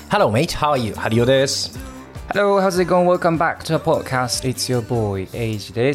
Hello, mate. How are you? ハリオです。 Hello, how's it going? Welcome back to the podcast. It's your boy, Age です。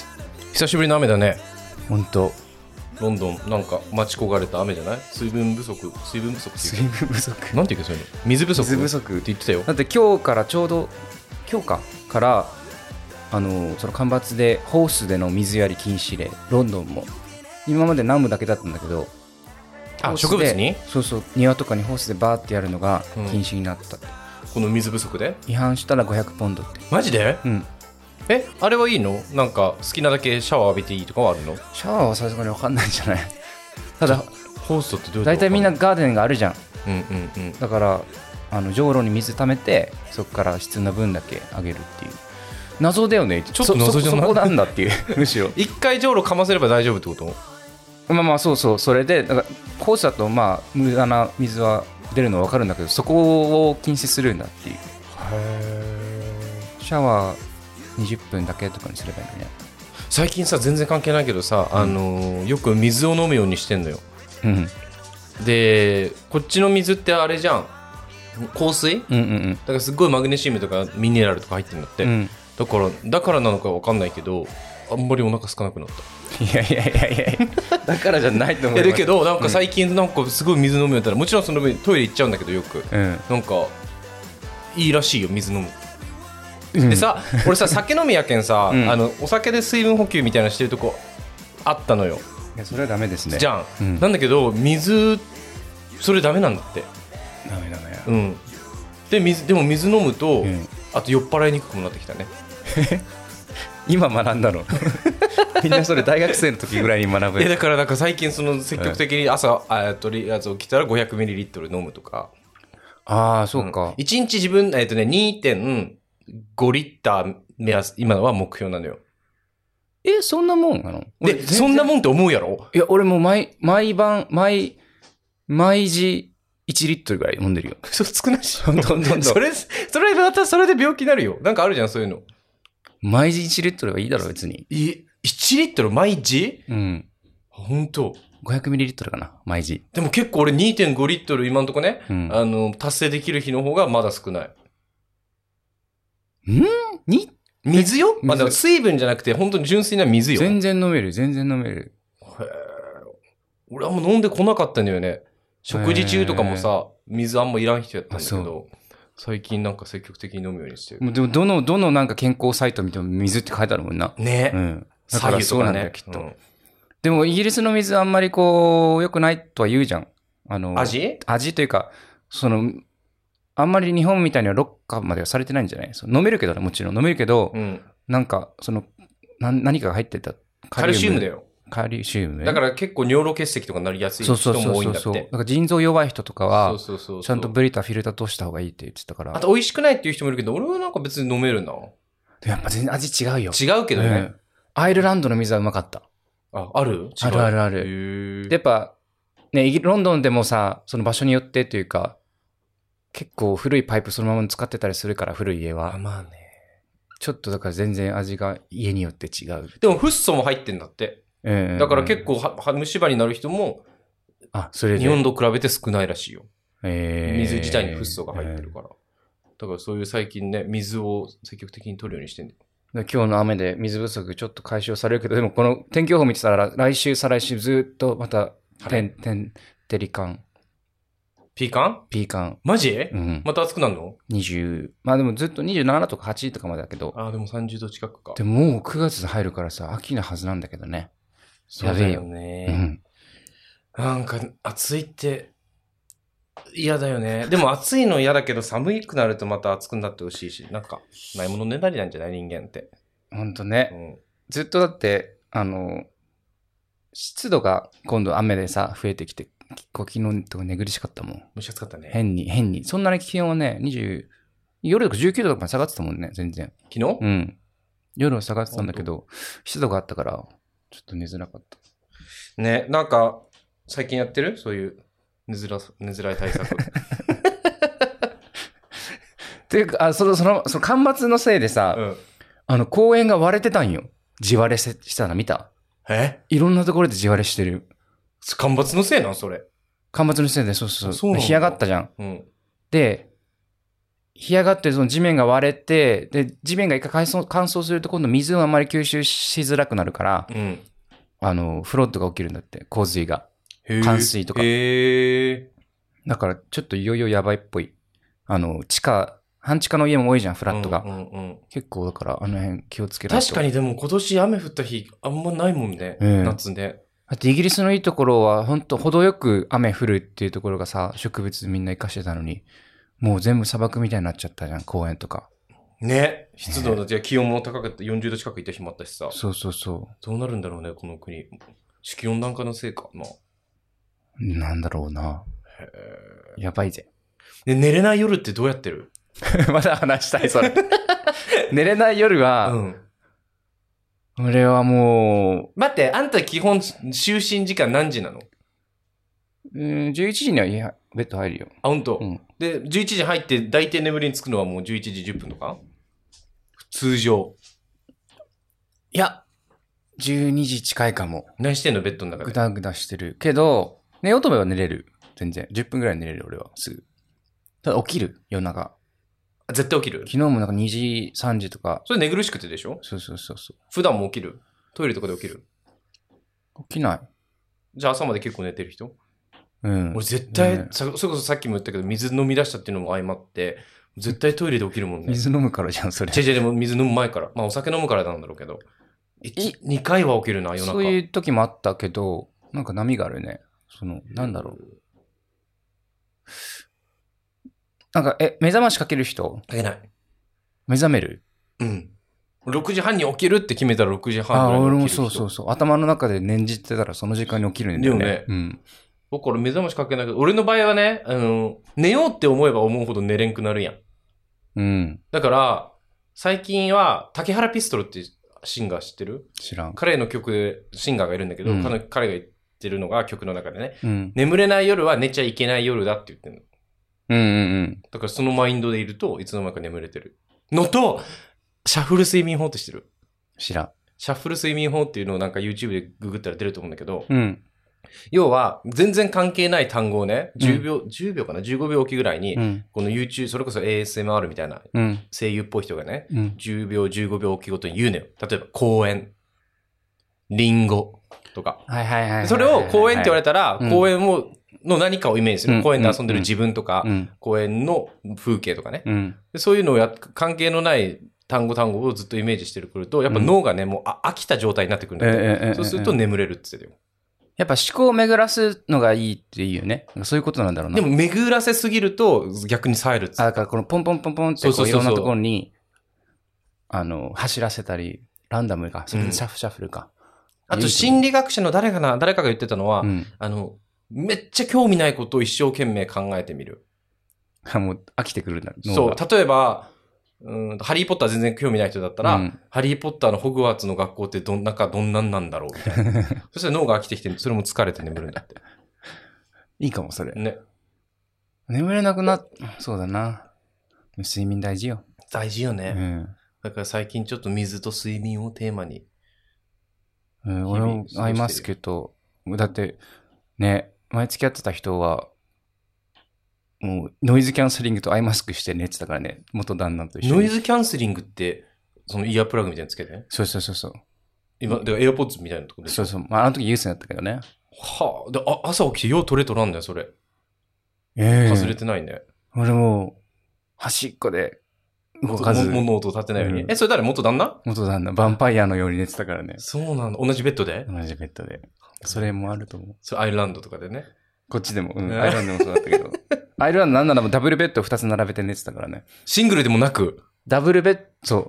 久しぶりの雨だね。 ほんと。 ロンドン、なんか待ち焦がれた雨じゃない？水分不足っていう。 水分不足。 なんていうかそういうの？水不足って言ってたよ。 だって今日からちょうど、今日からその干ばつでホースでの水やり禁止令、ロンドンも。今まで南部だけだったんだけど、 植物に？ そうそう、庭とかにホースでバーってやるのが禁止になった、 この水不足で？ 違反したら500ポンドって。 マジで？ うん。 あれはいいの？なんか好きなだけシャワー浴びていいとかはあるの？ シャワーはさすがに分かんないんじゃない？ただホーストってどういうこと？ 大体みんなガーデンがあるじゃん。 うん。 だからじょうろに水溜めてそこから必要な分だけあげるっていう。謎だよね。 ちょっと謎じゃない？ そこなんだっていうむしろ一回じょうろかませれば大丈夫ってこと？ まあそうそう、それでだからホースだとまあ無駄な水は出るのは分かるんだけど、そこを禁止するんだっていう。シャワー20分だけとかにすればいいのね。 最近さ、全然関係ないけどさ、よく水を飲むようにしてんのよ。でこっちの水ってあれじゃん、硬水、だからすっごいマグネシウムとかミネラルとか入ってるんだって、だからなのか分かんないけど、あんまりお腹空かなくなった。 いやだからじゃないと思う。 だけどなんか最近なんかすごい水飲むようになったら、もちろんその分トイレ行っちゃうんだけどよく、なんかいいらしいよ水飲む。でさ、俺さ酒飲みやけんさ、お酒で水分補給みたいなしてるとこあったのよ。 いやそれはダメですねじゃん、なんだけど水それダメなんだって。 ダメでも水飲むと、あと酔っ払いにくくもなってきたね。 今学んだの？みんなそれ大学生の時ぐらいに学ぶ。 だからなんか最近その積極的に朝、とりあえず起きたら 500ml 飲むとか。 ああそうか、 1日自分2.5 リッター目安、今は目標なのよ。 そんなもんなの？ でそんなもんって思うやろ？ いや俺も毎晩毎時1リットルぐらい飲んでるよ。 それ少ないし。 どんどんそれまたそれで病気になるよ。なんかあるじゃんそういうの。 毎時1リットルはいいだろ別に。 1リットル毎時？本当。 500ml かな毎時。 でも結構俺 2.5 リットル今んとこね、達成できる日の方がまだ少ない。水よ？まだ水分じゃなくて本当に純粋な水よ。 全然飲める。 俺はもう飲んでこなかったんだよね。食事中とかもさ、水あんまいらん人やったんだけど、最近なんか積極的に飲むようにしてる。 でもどのなんか健康サイト見ても水って書いてあるもんな。 ね。 だからそうなんだよ、きっと。でもイギリスの水あんまりこう良くないとは言うじゃん。味というか、あんまり日本みたいにはろ過まではされてないんじゃない？飲めるけどね、もちろん飲めるけど、なんか何かが入ってたカルシウムだよ。 カルシウム。 だから結構尿路結石とかなりやすい人も多いんだって。 だから腎臓弱い人とかはちゃんとブリタフィルター通した方がいいって言ってたから。 あと美味しくないっていう人もいるけど、俺はなんか別に飲めるな。 やっぱ全然味違うよ。 違うけどね。 アイルランドの水はうまかった。 ある？ ある。でやっぱね、ロンドンでもさ、その場所によってというか、結構古いパイプそのまま使ってたりするから、古い家は。 まあね。 ちょっとだから全然味が家によって違う。 でもフッ素も入ってんだって。だから結構虫歯になる人も、 それで日本と比べて少ないらしいよ。水自体にフッ素が入ってるから。だからそういう最近ね、水を積極的に取るようにしてんだよ。 今日の雨で水不足ちょっと解消されるけど、でもこの天気予報見てたら来週再来週ずっとまたテリカン。 ピーカンマジ？また暑くなるの ？20。まあでもずっと27とか8とかまでだけど。 でも30度近くか。 でももう9月入るからさ、秋なはずなんだけどね。 そうだよね。なんか暑いって嫌だよね。でも暑いの嫌だけど寒くなるとまた暑くなってほしいし、なんかないものねだりなんじゃない人間って。 ほんとね。ずっとだって湿度が今度雨でさ増えてきて、昨日とか寝苦しかったもん。 蒸し暑かったね。 変にそんなに気温はね夜とか19度とか下がってたもんね全然。 昨日？ 夜は下がってたんだけど湿度があったからちょっと寝づらかったね。なんか最近やってる？そういう寝づらい対策。 っていうかその干ばつのせいでさ、公園が割れてたんよ。地割れしたの見た？いろんなところで地割れしてる。 干ばつのせいなそれ。 干ばつのせいでそう干上がったじゃん。で干上がってその地面が割れて、で、地面が一回乾燥すると今度水をあんまり吸収しづらくなるから、フロッドが起きるんだって、洪水が。冠水とか。だからちょっといよいよやばいっぽい。半地下の家も多いじゃん、フラットが。結構だからあの辺気をつけないと。 確かにでも今年雨降った日あんまないもんね、夏で。 だってイギリスのいいところは本当程よく雨降るっていうところがさ、植物みんな生かしてたのに、もう全部砂漠みたいになっちゃったじゃん、公園とか。 ね。湿度だって気温も高かった、40度近くいった日もあったしさ。 そうそうそう。 どうなるんだろうね、この国。地球温暖化のせいかな。 なんだろうな。やばいぜ。 で、寝れない夜ってどうやってる？ まだ話したい、それ。寝れない夜は、俺はもう。待って、あんた基本、就寝時間何時なの ？11時にはベッド入るよ。 あ、ほんと？で、11時入って大体眠りにつくのはもう11時10分とか？通常。 いや、12時近いかも。 何してんのベッドの中で。 ぐだぐだしてる。けど、寝ようと思えば寝れる。全然。10分ぐらい寝れる、俺は。すぐ。ただ起きる、夜中。 絶対起きる？ 昨日もなんか2時、3時とか。 それ寝苦しくてでしょ？ そうそうそう。 普段も起きる？トイレとかで起きる？ 起きない。 じゃあ朝まで結構寝てる人？ 俺絶対、それこそさっきも言ったけど、水飲み出したっていうのも相まって、絶対トイレで起きるもんね。 水飲むからじゃん、それ。 でも水飲む前から。まあお酒飲むからなんだろうけど。2回は起きるな、夜中。 そういう時もあったけど、なんか波があるね。なんだろう。なんか、目覚ましかける人？ かけない。 目覚める ？6時半に起きるって決めたら6時半ぐらいに起きる人。 俺もそう。頭の中で念じてたらその時間に起きるんだよね。 僕これ目覚ましかけないけど、俺の場合はね、寝ようって思えば思うほど寝れんくなるやん。だから、最近は、竹原ピストルってシンガー知ってる？ 知らん。 彼の曲でシンガーがいるんだけど、彼が言ってるのが曲の中でね、眠れない夜は寝ちゃいけない夜だって言ってるの。だからそのマインドでいるといつの間にか眠れてるのと、シャッフル睡眠法って知ってる？ 知らん。 シャッフル睡眠法っていうのをなんか YouTube でググったら出ると思うんだけど、要は全然関係ない単語をね、10秒かな、15秒おきぐらいに、この YouTube、それこそ ASMR みたいな声優っぽい人がね、10秒、15秒おきごとに言うのよ。例えば公園、リンゴとか。それを公園って言われたら、公園の何かをイメージする。公園で遊んでる自分とか、公園の風景とかね。そういうのを関係のない単語をずっとイメージしてくると、やっぱ脳がね、もう飽きた状態になってくるんだけど、そうすると眠れるって言ってたよ。 やっぱ思考を巡らすのがいいっていうよね。そういうことなんだろうな。 でも巡らせすぎると逆に冴えるっつって。 だからこのポンポンポンポンってこういろんなところに、走らせたり、ランダムか、それでシャッフルか。 あと心理学者の誰かが言ってたのは、めっちゃ興味ないことを一生懸命考えてみる。 もう飽きてくるんだ。 そう。例えば、ハリーポッター全然興味ない人だったら、ハリーポッターのホグワーツの学校ってどんなんなんだろうみたいな。そしたら脳が飽きてきて、それも疲れて眠るんだって。 いいかも、それ。 ね。 眠れなくそうだな。睡眠大事よ。 大事よね。だから最近ちょっと水と睡眠をテーマに。 俺も合いますけど、だって、ね、前付き合ってた人は、もうノイズキャンセリングとアイマスクして寝てたからね、元旦那と一緒に。 ノイズキャンセリングって、そのイヤープラグみたいなのつけて？ そう。 今、だからエアポッツみたいなとこで。 そう。まあ、あの時ユースだったけどね。 はあ。で、朝起きてよう取れんだよ、それ。外れてないね。 俺も、端っこで、動かず。 物音立てないように。それ誰？元旦那？ 元旦那。ヴァンパイアのように寝てたからね。 そうなんだ。同じベッドで？ 同じベッドで。それもあると思う。 それアイルランドとかでね。 こっちでも。アイルランドもそうだったけど。アイルランドなんならダブルベッド2つ並べて寝てたからね。 シングルでもなく？ ダブルベッド、そう。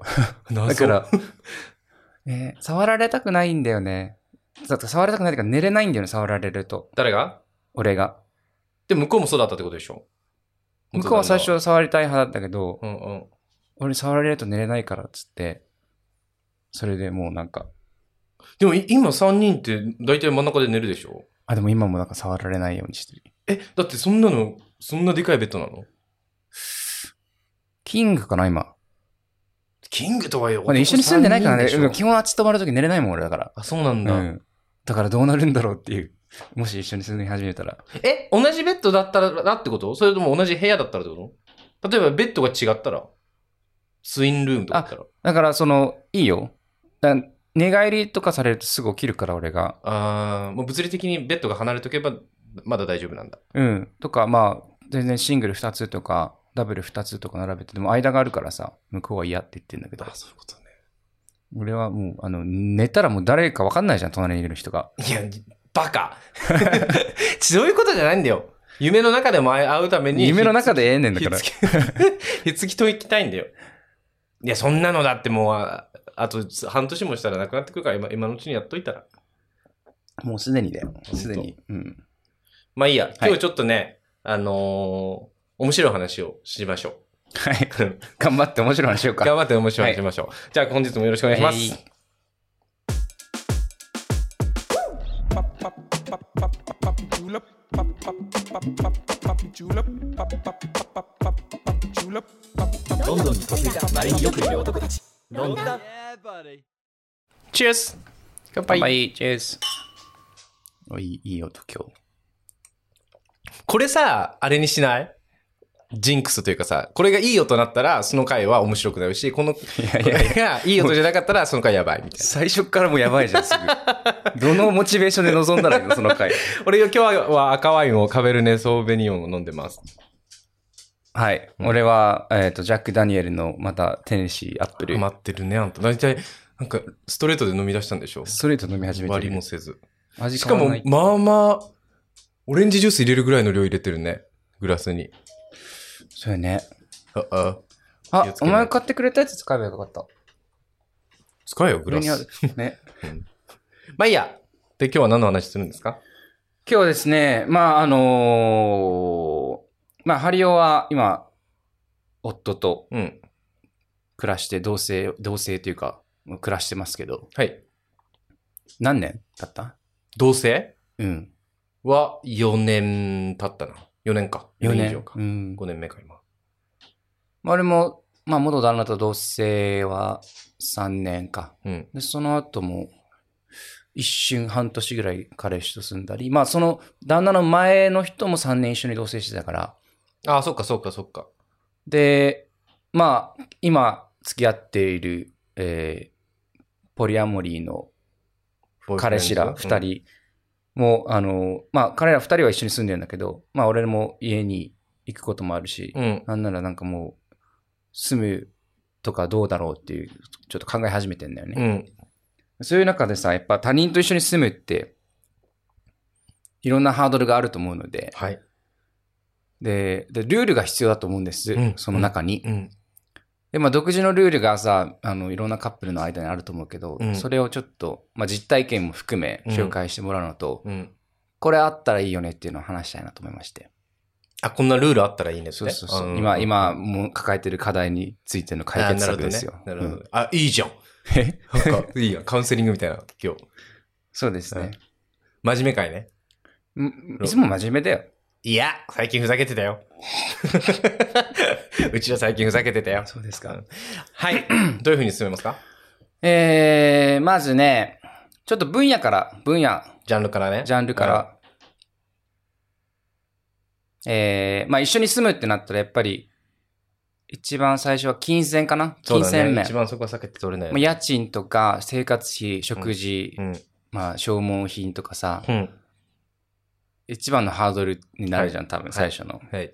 だから、触られたくないんだよね。だって触られたくないから寝れないんだよね、触られると。 誰が？ 俺が。 で、向こうもそうだったってことでしょ？ 向こうは最初触りたい派だったけど、俺触られると寝れないからっつって、それでもうなんか。 でも今3人って大体真ん中で寝るでしょ？ でも今もなんか触られないようにしてる。 だってそんなでかいベッドなの？ キングかな、今。 キングとはよ。 一緒に住んでないからね。基本あっち泊まるとき寝れないもん、俺だから。 あ、そうなんだ。 だからどうなるんだろうっていう。もし一緒に住み始めたら。 同じベッドだったらってこと？それとも同じ部屋だったらってこ例えばベッドが違ったらツインルームとかだったら。 だからいいよ。寝返りとかされるとすぐ起きるから、俺が。 もう物理的にベッドが離れとけば、まだ大丈夫なんだ。 うん。とか、まあ、全然シングル2つとか、ダブル2つとか並べて、でも間があるからさ、向こうは嫌って言ってんだけど。 そういうことね。 俺はもう、寝たらもう誰か分かんないじゃん、隣にいる人が。 いや、バカそういうことじゃないんだよ。夢の中でも会うために。 夢の中でええねんだから。 ひっつきと行きたいんだよ。いや、そんなのだってもう、あと半年もしたらなくなってくるから今のうちにやっといたら。 もうすでにだよ。すでに。うん。 まあいいや。今日ちょっとね、面白い話をしましょう。 はい。頑張って面白い話しようか。 頑張って面白い話しましょう。じゃあ本日もよろしくお願いします。ロンドンに嫁いだまれによくいる男たち。ロンドン。チェース。乾杯。 乾杯。チェース。いい音今日。 これさ、あれにしない？ジンクスというかさ、これがいい音になったら、その回は面白くなるし、これがいい音じゃなかったら、その回やばいみたいな。 最初からもうやばいじゃん、すぐ。どのモチベーションで臨んだらいいの、その回。 俺今日は赤ワインをカベルネソーベニオンを飲んでます。 はい。俺は、ジャック・ダニエルのまたテネシーアップル。 待ってるね、あんた。大体、なんか、ストレートで飲み出したんでしょ？ ストレート飲み始めてる。 割りもせず。 味しかも、まあまあ、オレンジジュース入れるぐらいの量入れてるね。グラスに。 そうやね。 あ、 お前買ってくれたやつ使えばよかった。 使えよ、グラス。 ね。 まあいいや。で、今日は何の話するんですか？ 今日はですね、まあハリオは今、夫と暮らして同棲というか、暮らしてますけど。 はい。 何年経った？ 同棲？ うん。 は4年経ったな。4年か。4年以上か。5年目か、今。 俺も、まあ、元旦那と同棲は3年か。で、その後も、一瞬半年ぐらい彼氏と住んだり、まあ、その旦那の前の人も3年一緒に同棲してたから。 ああ、そっかそっかそっか。 で、まあ、今付き合っている、ポリアモリーの彼氏ら2人も、まあ、彼ら2人は一緒に住んでるんだけど、まあ、俺も家に行くこともあるし、なんならなんかもう、住むとかどうだろうっていう、ちょっと考え始めてんだよね。そういう中でさ、やっぱ他人と一緒に住むって、いろんなハードルがあると思うので、 はい。 で、ルールが必要だと思うんです、その中に。で、まあ、独自のルールがさ、いろんなカップルの間にあると思うけど、それをちょっと、まあ、実体験も含め紹介してもらうのと、これあったらいいよねっていうのを話したいなと思いまして。 あ、こんなルールあったらいいねって。 そう。今、もう抱えてる課題についての解決策ですよ。 なるほど。あ、いいじゃん。なんか、いいや。カウンセリングみたいな、今日。 そうですね。 真面目かいね。 いつも真面目だよ。 いや、最近ふざけてたよ。うちは最近ふざけてたよ。 そうですか。 はい。どういうふうに進めますか？ まずね、ちょっと分野。 ジャンルからね。 まあ一緒に住むってなったらやっぱり、一番最初は金銭かな？金銭面。 一番そこは避けて取れない。 家賃とか生活費、食事、まあ消耗品とかさ、一番のハードルになるじゃん、多分最初の。はい。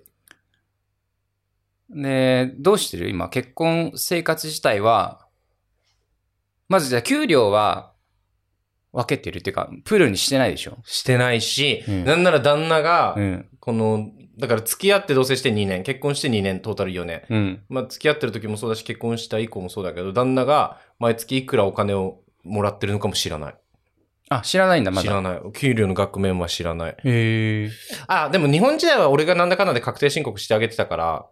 で、どうしてる？今、結婚生活自体は、まずじゃあ給料は分けてるっていうか、プールにしてないでしょ？ してないし、なんなら旦那が、だから付き合って同棲して2年、結婚して2年、トータル4年。まあ付き合ってる時もそうだし、結婚した以降もそうだけど、旦那が毎月いくらお金をもらってるのかも知らない。 あ、知らないんだ、まだ。 知らない。給料の額面は知らない。 へー。 あ、でも日本時代は俺がなんだかんだで確定申告してあげてたから、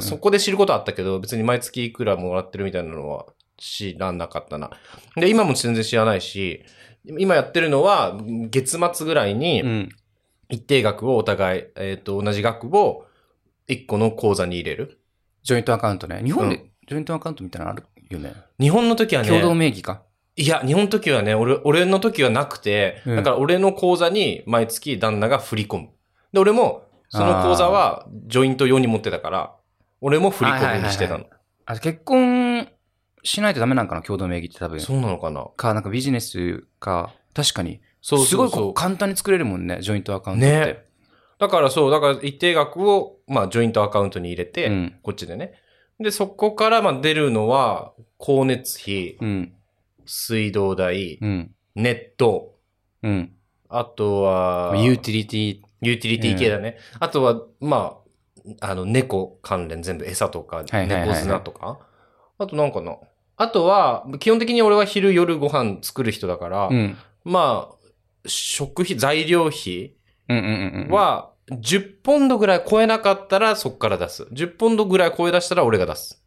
そこで知ることあったけど、別に毎月いくらもらってるみたいなのは知らなかったな。で、今も全然知らないし、今やってるのは、月末ぐらいに、一定額をお互い、同じ額を一個の口座に入れる。 ジョイントアカウントね。日本でジョイントアカウントみたいなのあるよね。 日本の時はね。 共同名義か。 いや、日本の時はね、俺の時はなくて、だから俺の口座に毎月旦那が振り込む。で、俺も、その口座はジョイント用に持ってたから、 俺も振り込みにしてたの。 あ、結婚しないとダメなんかな、共同名義って多分。 そうなのかな。 なんかビジネスか、確かに。 そうすごい簡単に作れるもんね、ジョイントアカウントって。 ね。だから一定額を、まあ、ジョイントアカウントに入れて、こっちでね。で、そこからまあ出るのは、光熱費、水道代、ネット、あとは、 ユーティリティ系だね。あとは、まあ、猫関連全部餌とか、猫砂とか。あとなんかな。あとは、基本的に俺は昼夜ご飯作る人だから、まあ、食費、材料費は、10ポンドぐらい超えなかったらそっから出す。10ポンドぐらい超え出したら俺が出す。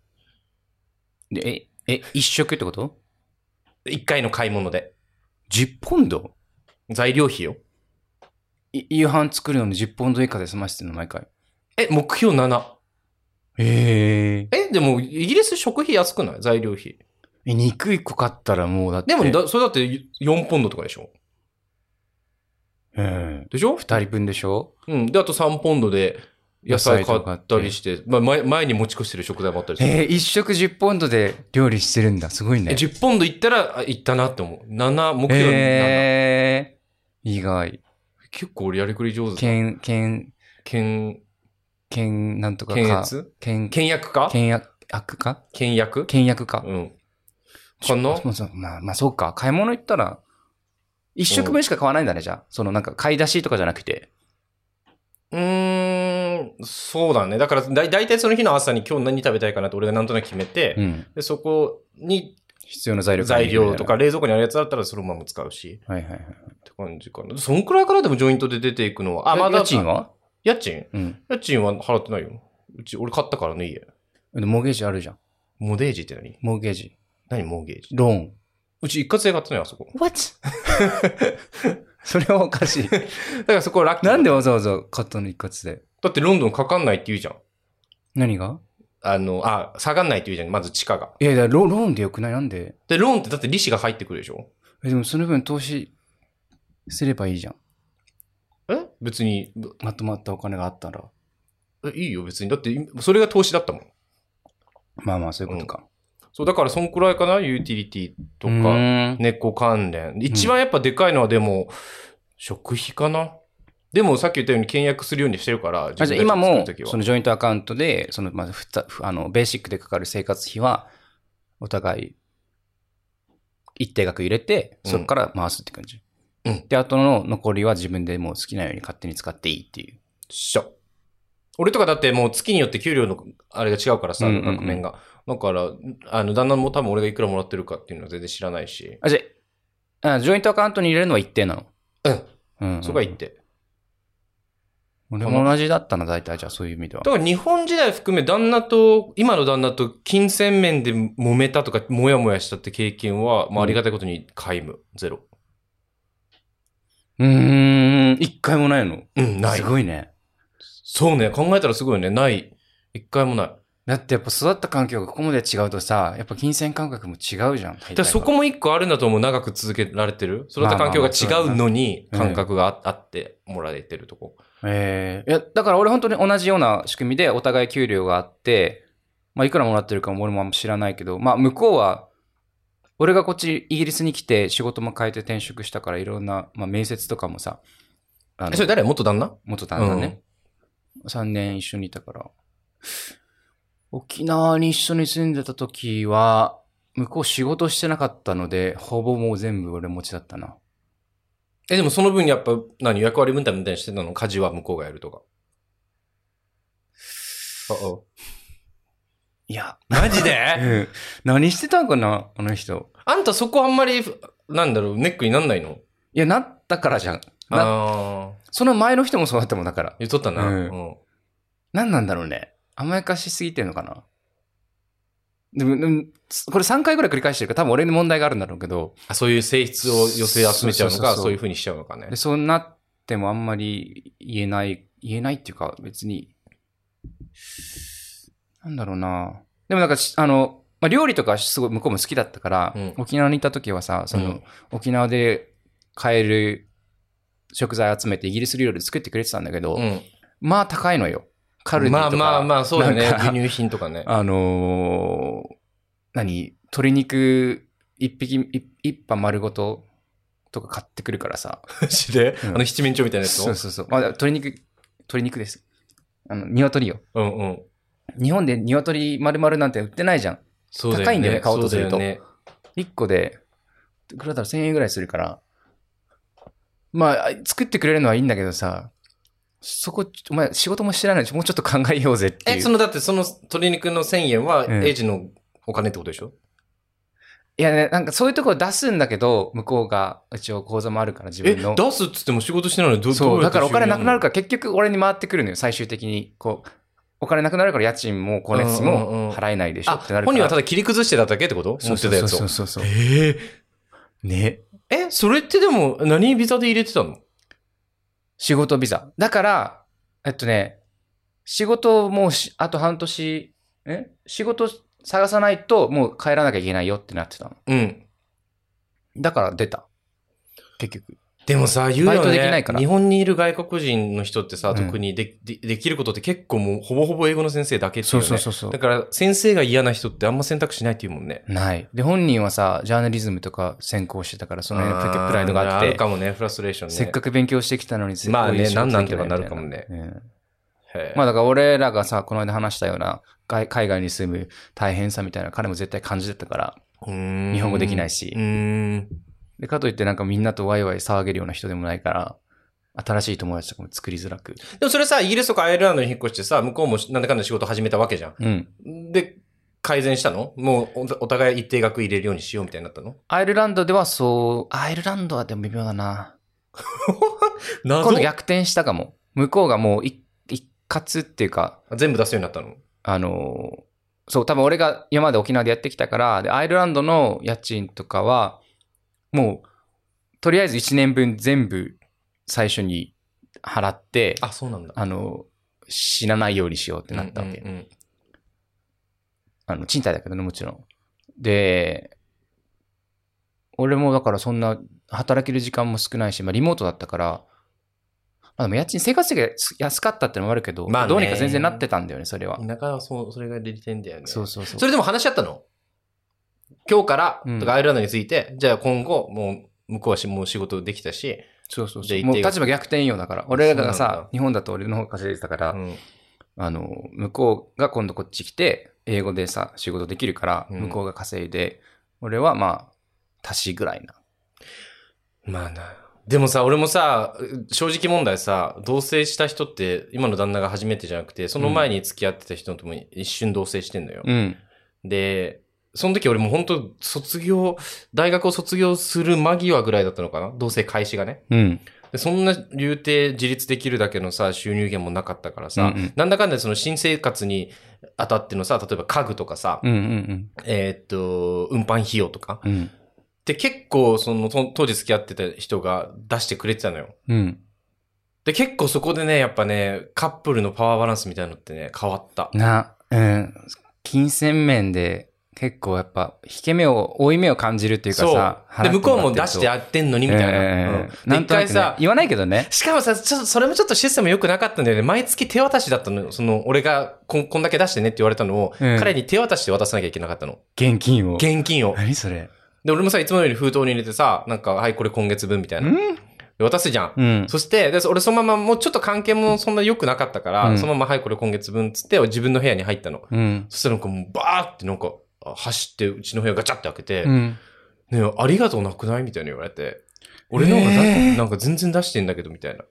一食ってこと ?1 回の買い物で。 10ポンド材料費よ。 夕飯作るのに10ポンド以下で済ましてるの毎回。 目標7。でも、イギリス食費安くない材料費。 肉1個買ったらもうだって。 でもそれだって4ポンドとかでしょでしょ ?2 人分でしょで、あと3ポンドで野菜買ったりして、まあ、前に持ち越してる食材もあったりする。 1食10ポンドで料理してるんだ。すごいね。 10ポンドいったら、いったなって思う。7、目標7。 意外。 結構俺やりくり上手だ。 なんとかか。 倹約か倹約か。 かなまあそうか。買い物行ったら、一食分しか買わないんだね、じゃあ。なんか買い出しとかじゃなくて。 そうだね。だからだいたいその日の朝に今日何食べたいかなって俺がなんとなく決めて、でそこに必要な材料とか冷蔵庫にあるやつだったらそのまま使うし。って感じかな。そんくらいからでもジョイントで出ていくのは。 まだ家賃は家賃は払ってないよ。俺買ったからね、家。 モーゲージあるじゃん。 モデージって何？ モーゲージ。 何モーゲージ？ ローン。 うち一括で買ったのよ、あそこ。 What? それはおかしい。 だからそこラッキー。 なんでわざわざ買ったの一括で。 だってロンドンかかんないって言うじゃん。 何が？ 下がんないって言うじゃん。まず地価が。 いや、ローンでよくない？なんで？ で、ローンってだって利子が入ってくるでしょ？ でもその分投資すればいいじゃん。 別に。 まとまったお金があったら。 いいよ、別に。だって、それが投資だったもん。 まあまあ、そういうことか。 そう、だからそんくらいかな、ユーティリティとか、猫関連。一番やっぱでかいのはでも、食費かな。でもさっき言ったように倹約するようにしてるから、 じゃあ今も、そのジョイントアカウントで、まずベーシックでかかる生活費は、お互い、一定額入れて、そこから回すって感じ。で、後の残りは自分でもう好きなように勝手に使っていいっていう。 俺とかだってもう月によって給料のあれが違うからさ、額面が。だから、旦那も多分俺がいくらもらってるかっていうのは全然知らないし。 ジョイントアカウントに入れるのは一定なの？そこが一定。 俺も同じだったな、大体じゃあそういう意味では。 だから日本時代含め今の旦那と金銭面で揉めたとか、もやもやしたって経験は、まあありがたいことに皆無、ゼロ。 一回もないの？ ない。 すごいね。 そうね、考えたらすごいね。ない。一回もない。 だってやっぱ育った環境がここまで違うとさ、やっぱ金銭感覚も違うじゃん。 そこも一個あるんだと思う。長く続けられてる。育った環境が違うのに感覚があってもらえてるとこ。 いや、だから俺本当に同じような仕組みでお互い給料があって、まあいくらもらってるかも俺もあんま知らないけど、まあ向こうは、俺がこっちイギリスに来て仕事も変えて転職したからいろんな、まあ面接とかもさ。 それ誰？元旦那？ 元旦那ね。3年一緒にいたから。沖縄に一緒に住んでた時は、向こう仕事してなかったので、ほぼもう全部俺持ちだったな。 でもその分やっぱ、役割分担みたいにしてたの？家事は向こうがやるとか。 いや。 マジで何してたんかなあの人。 あんたそこあんまり、ネックになんないの？ いや、なったからじゃん。その前の人もそうだったもんだから。 言っとったな。 何なんだろうね。甘やかしすぎてるのかな。でもこれ3回ぐらい繰り返してるから多分俺に問題があるんだろうけど。 そういう性質を寄せ集めちゃうのか、そういう風にしちゃうのかね。 で、そうなってもあんまり言えないっていうか別に、なんだろうな。でもなんか、まあ、料理とかすごい向こうも好きだったから、沖縄に行った時はさ、沖縄で買える食材集めてイギリス料理作ってくれてたんだけど、まあ高いのよ。 カルディとか。 まあまあ、そうだね。輸入品とかね。 鶏肉一羽丸ごととか買ってくるからさ。 で、七面鳥みたいなやつを。 そう。まあ、鶏肉です。鶏よ。 うんうん。 日本で鶏丸々なんて売ってないじゃん。 そうだよね。 高いんだよね、買おうとすると。 ね、 1個で、いくらだろう、1000円ぐらいするから。まあ、作ってくれるのはいいんだけどさ、お前仕事もしてないのにもうちょっと考えようぜっていう。 だってその鶏肉の1000円は、エイジのお金ってことでしょ？ いやね、なんかそういうところ出すんだけど、向こうが、一応口座もあるから自分の。 出すっつっても仕事してないのにそう、だからお金なくなるから結局俺に回ってくるのよ、最終的に。お金なくなるから家賃も光熱費も払えないでしょってなるから。 本人はただ切り崩してただけってこと？持ってたやつを。 そう。 ね。それってでも何ビザで入れてたの？ 仕事ビザ。だから、仕事もあと半年、仕事探さないともう帰らなきゃいけないよってなってたの。 うん。 だから出た。結局。 でもさ、言うよね。 バイトできないから。 日本にいる外国人の人ってさ、特にできることって結構もうほぼほぼ英語の先生だけっていうね。 そう。 だから先生が嫌な人ってあんま選択しないっていうもんね。 ない。で、本人はさ、ジャーナリズムとか専攻してたから、その辺のプライドがあって。 あるかもね、フラストレーションね。 せっかく勉強してきたのに、 まあね、なんてなるかもね。 まあだから俺らがさ、この間話したような海外に住む大変さみたいな彼も絶対感じてたから、日本語できないし。で、かといってなんかみんなとワイワイ騒げるような人でもないから、新しい友達とかも作りづらく。 でもそれさ、イギリスとかアイルランドに引っ越してさ、向こうもなんだかんだ仕事始めたわけじゃん。 うん。 で、改善したの？もうお互い一定額入れるようにしようみたいになったの？ アイルランドではアイルランドはでも微妙だな。 今度逆転したかも。向こうがもう一括っていうか。 全部出すようになったの？ そう、多分俺が今まで沖縄でやってきたから、で、アイルランドの家賃とかは、もう、とりあえず1年分全部最初に払って、 あ、そうなんだ。 死なないようにしようってなったわけ。賃貸だけどね、もちろん。で、俺もだからそんな働ける時間も少ないし、まあリモートだったから、まあでも家賃生活費が安かったってのもあるけど、まあどうにか全然なってたんだよね、それは。 田舎はそれが利点だよね。 そう。 それでも話し合ったの？今日からとかアイルランドについて、じゃあ今後もう向こうはもう仕事できたし、 そう。もう立場逆転よだから。俺らがさ、日本だと俺の方稼いでたから、向こうが今度こっち来て、英語でさ、仕事できるから、向こうが稼いで、俺はまあ、足しぐらいな。 まあな。でもさ、俺もさ、正直問題さ、同棲した人って、今の旦那が初めてじゃなくて、その前に付き合ってた人とも一瞬同棲してんのよ。で、その時俺も本当大学を卒業する間際ぐらいだったのかな？同棲開始がね。でそんな言うて自立できるだけのさ、収入源もなかったからさ、なんだかんだその新生活にあたってのさ、例えば家具とかさ、運搬費用とか、で結構当時付き合ってた人が出してくれてたのよ。で結構そこでね、やっぱね、カップルのパワーバランスみたいなのってね、変わった。 金銭面で、結構やっぱ、負い目を感じるっていうかさ。 そう。で、向こうも出してやってんのにみたいな。 なんかさ、言わないけどね。 しかもさ、それもちょっとシステム良くなかったんだよね。毎月手渡しだったの。俺がこんだけ出してねって言われたのを、彼に手渡して渡さなきゃいけなかったの。 現金を。 何それ。 で、俺もさ、いつもより封筒に入れてさ、なんか、はい、これ今月分みたいな。渡すじゃん。そして、俺そのまま、もうちょっと関係もそんな良くなかったから、そのまま、はい、これ今月分つって、自分の部屋に入ったの。そしたらなんかもう、バーってなんか、走って、うちの部屋ガチャって開けて、ねえ、ありがとうなくないみたいに言われて、俺の方がなんか全然出してんだけど、みたいな。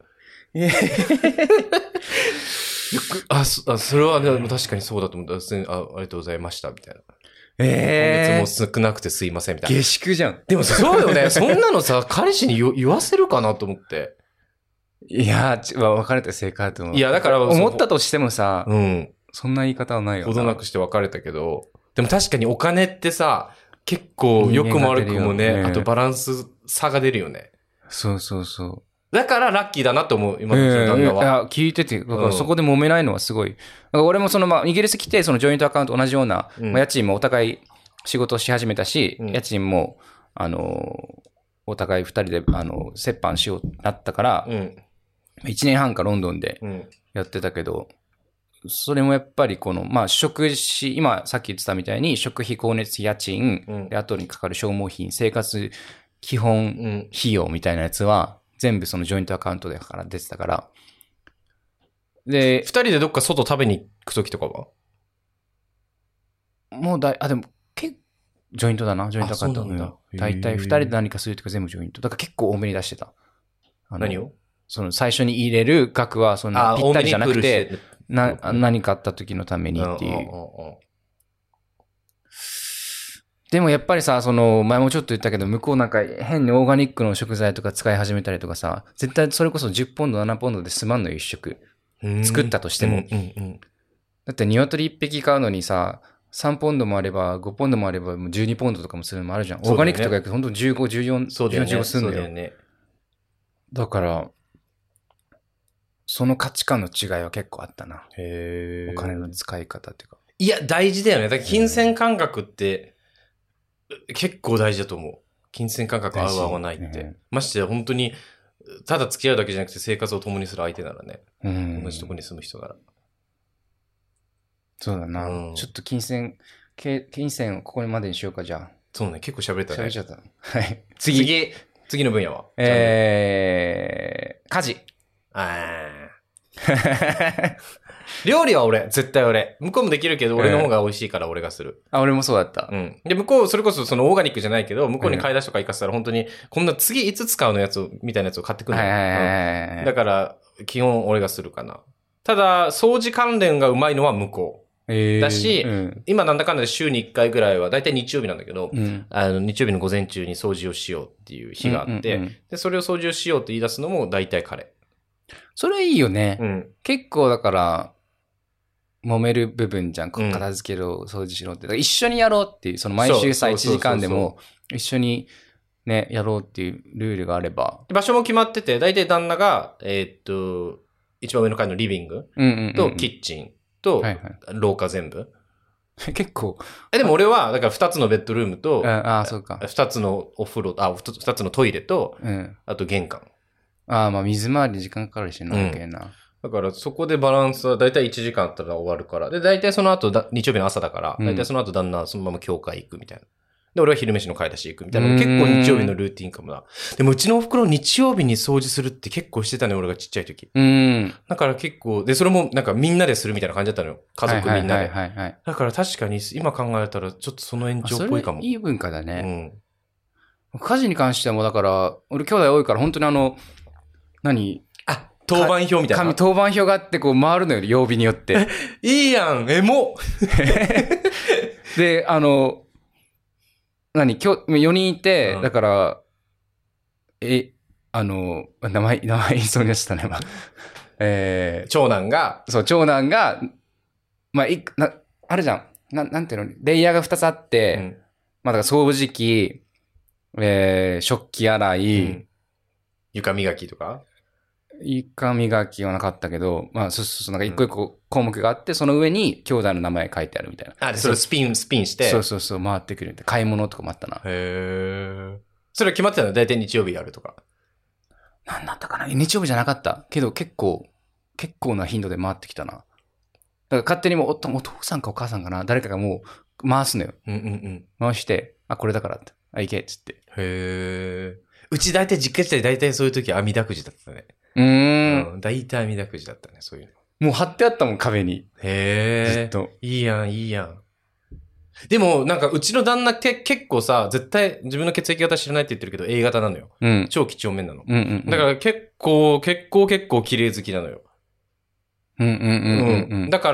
それはね、確かにそうだと思った。ありがとうございました、みたいな。今月も少なくてすいません、みたいな。 下宿じゃん。 でもそうよね。そんなのさ、彼氏に言わせるかなと思って。 いや、別れて正解だと思う。 いや、だから、 思ったとしてもさ、そんな言い方はないよな。 ほどなくして別れたけど、でも確かにお金ってさ、結構良くも悪くもね、あとバランス差が出るよね。 そう。 だからラッキーだなと思う、今の旦那は。 いや、聞いてて、そこで揉めないのはすごい。俺もイギリス来て、そのジョイントアカウント同じような、家賃もお互い仕事をし始めたし、家賃も、お互い二人で、折半しようってなったから、1年半かロンドンでやってたけど、 それもやっぱりこの、まあ食費、今さっき言ってたみたいに食費、光熱費、家賃、で後にかかる消耗品、生活基本費用みたいなやつは、全部そのジョイントアカウントでから出てたから。 で、二人でどっか外食べに行くときとかはもうでも、ジョイントだな、ジョイントアカウント。大体二人で何かするとか全部ジョイント。だから結構多めに出してた。 何をその最初に入れる額はそんなぴったりじゃなくて、何かあった時のためにっていう。でもやっぱりさ、その前もちょっと言ったけど、向こうなんか変にオーガニックの食材とか使い始めたりとかさ、絶対それこそ10ポンド、7ポンドで済まんのよ、一食。作ったとしても。だって鶏1匹買うのにさ、3ポンドもあれば、5ポンドもあれば、12ポンドとかもするのもあるじゃん。オーガニックとかやくと本当に15、14、15するのよ。だから、その価値観の違いは結構あったな。お金の使い方っていうか。 いや、大事だよね。だから金銭感覚って、結構大事だと思う。金銭感覚合う合わないって。ましてや本当に、ただ付き合うだけじゃなくて生活を共にする相手ならね。同じとこに住む人なら。 そうだな。ちょっと金銭をここまでにしようか、じゃあ。 そうね、結構喋れたね。 喋っちゃった。はい。 次の分野は家事。 料理は絶対俺。向こうもできるけど、俺の方が美味しいから俺がする。 俺もそうだった。 で、向こう、それこそそのオーガニックじゃないけど、向こうに買い出しとか行かせたら本当に、こんな次いつ使うのやつみたいなやつを買ってくるの。だから、基本俺がするかな。ただ、掃除関連がうまいのは向こう。だし、今なんだかんだで週に1回ぐらいは、だいたい日曜日なんだけど、日曜日の午前中に掃除をしようっていう日があって、で、それを掃除をしようって言い出すのも大体彼。 それいいよね。結構だから、揉める部分じゃん。片付けろ、掃除しろって。一緒にやろうっていう、その毎週さ、1時間でも一緒にね、やろうっていうルールがあれば。 場所も決まってて、大体旦那が、一番上の階のリビングとキッチンと廊下全部。 結構。 でも俺は、だから2つのベッドルームと、 そうか。 2つのお風呂、2つのトイレと、あと玄関。 まあ水回りで時間かかるしな、余計な。 だからそこでバランスはだいたい1時間あったら終わるから。で、だいたいその後、日曜日の朝だから、だいたいその後旦那はそのまま教会行くみたいな。で、俺は昼飯の買い出し行くみたいな。結構日曜日のルーティンかもな。でもうちのお袋日曜日に掃除するって結構してたね、俺がちっちゃい時。だから結構、で、それもなんかみんなでするみたいな感じだったのよ。家族みんなで。だから確かに今考えたらちょっとその延長っぽいかも。 それいい文化だね。家事に関してはもうだから、俺兄弟多いから本当に当番表みたいな。 当番表があってこう回るのよ、曜日によって。 いいやん、エモで、今日、4人いて、だから、名前言いそうにしたね、 長男が、 まあ、あるじゃん。なんていうの、レイヤーが2つあって、まあ、だから掃除機、食器洗い、 床磨きとか床磨きはなかったけど、まあ、そう、なんか一個一個項目があって、その上に兄弟の名前書いてあるみたいな。 それスピンして。 そう、回ってくるみたいな。買い物とかもあったな。 それ決まってたの？大体日曜日やるとか。 なんだったかな？日曜日じゃなかった。けど結構な頻度で回ってきたな。だから勝手にもお父さんかお母さんかな、誰かがもう回すのよ。回して、これだからって。行けっつって。 うち大体実家自体大体そういう時網だくじだったね。大体網だくじだったね、そういうの。 もう貼ってあったもん、壁に。 ずっと。いいやん。でも、なんか、うちの旦那結構さ、絶対自分の血液型知らないって言ってるけど、A 型なのよ。超几帳面なの。だから結構綺麗好きなのよ。だから、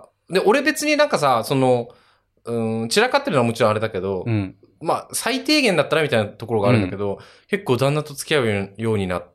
で、俺別になんかさ、散らかってるのはもちろんあれだけど、まあ、最低限だったらみたいなところがあるんだけど、結構旦那と付き合うようになって、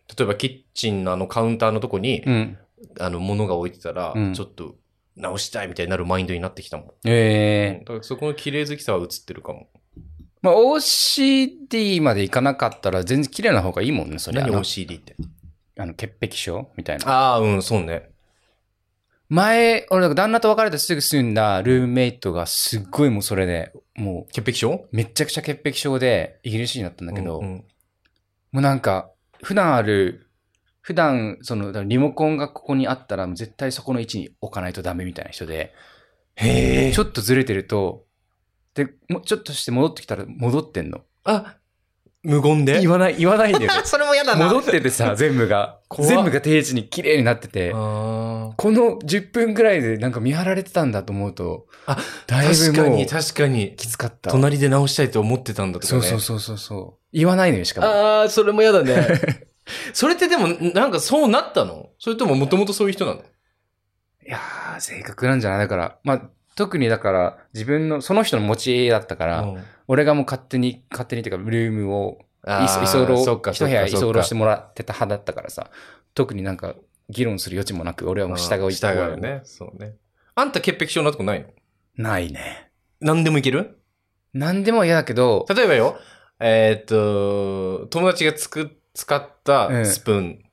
例えばキッチンのカウンターのとこに、物が置いてたら、ちょっと直したいみたいになるマインドになってきたもん。だからそこの綺麗好きさは映ってるかも。 まあ、OCD までいかなかったら全然綺麗な方がいいもんね、それ。 何 OCD って。 潔癖症みたいな。 そうね。 俺、旦那と別れてすぐ住んだルームメイトがすっごいもうそれで、もう。 潔癖症？ めちゃくちゃ潔癖症でイギリス人だったんだけど、もうなんか、普段ある普段、リモコンがここにあったら、絶対そこの位置に置かないとダメみたいな人で、ちょっとずれてると、で、ちょっとして戻ってきたら戻ってんの。 あ、無言で言わないんだよね。 それも嫌だな。 戻っててさ、全部が定位置に綺麗になってて、この10分ぐらいでなんか見張られてたんだと思うと、だいぶもう、 確かに。 きつかった。 隣で直したいと思ってたんだとかね。 そう。言わないのよ、しかも。 それも嫌だね。それってでも、なんかそうなったの？それとももともとそういう人なの？ いやー、性格なんじゃない？だから、特にだから、自分の、その人の持ち家だったから、俺がもう勝手にっていうか、ルームを一部屋居候してもらってた派だったからさ、特になんか議論する余地もなく、俺はもう従う。 従うよね。そうね。あんた潔癖症なとこないの？ ないね。 何でもいける？ 何でも嫌だけど。 例えばよ、友達が使ったスプーン。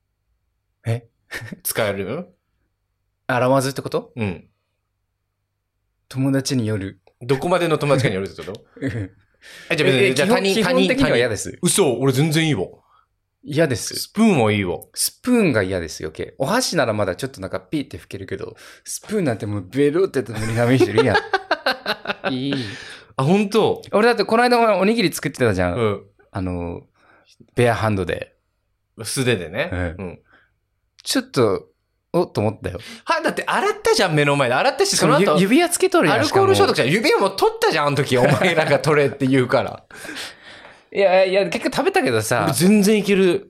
使える？ 洗わずってこと？ うん。 友達による。 どこまでの友達かによるってこと？じゃあ基本的には嫌です。 嘘、俺全然いいわ。 嫌です。 スプーンはいいわ。 スプーンが嫌ですよ、お箸ならまだちょっとなんかピーって吹けるけど、スプーンなんてもうベロってやったら無理なめしてるやん。いい。 本当？ 俺だってこの間おにぎり作ってたじゃん。ベアハンドで。 素手でね。 ちょっと、と思ったよ。 だって洗ったじゃん、目の前で。洗ったし、その後。 指輪つけとるやん。 アルコール消毒じゃん。指輪も取ったじゃん、あの時。お前らが取れって言うから。 いや、結局食べたけどさ。 全然いける。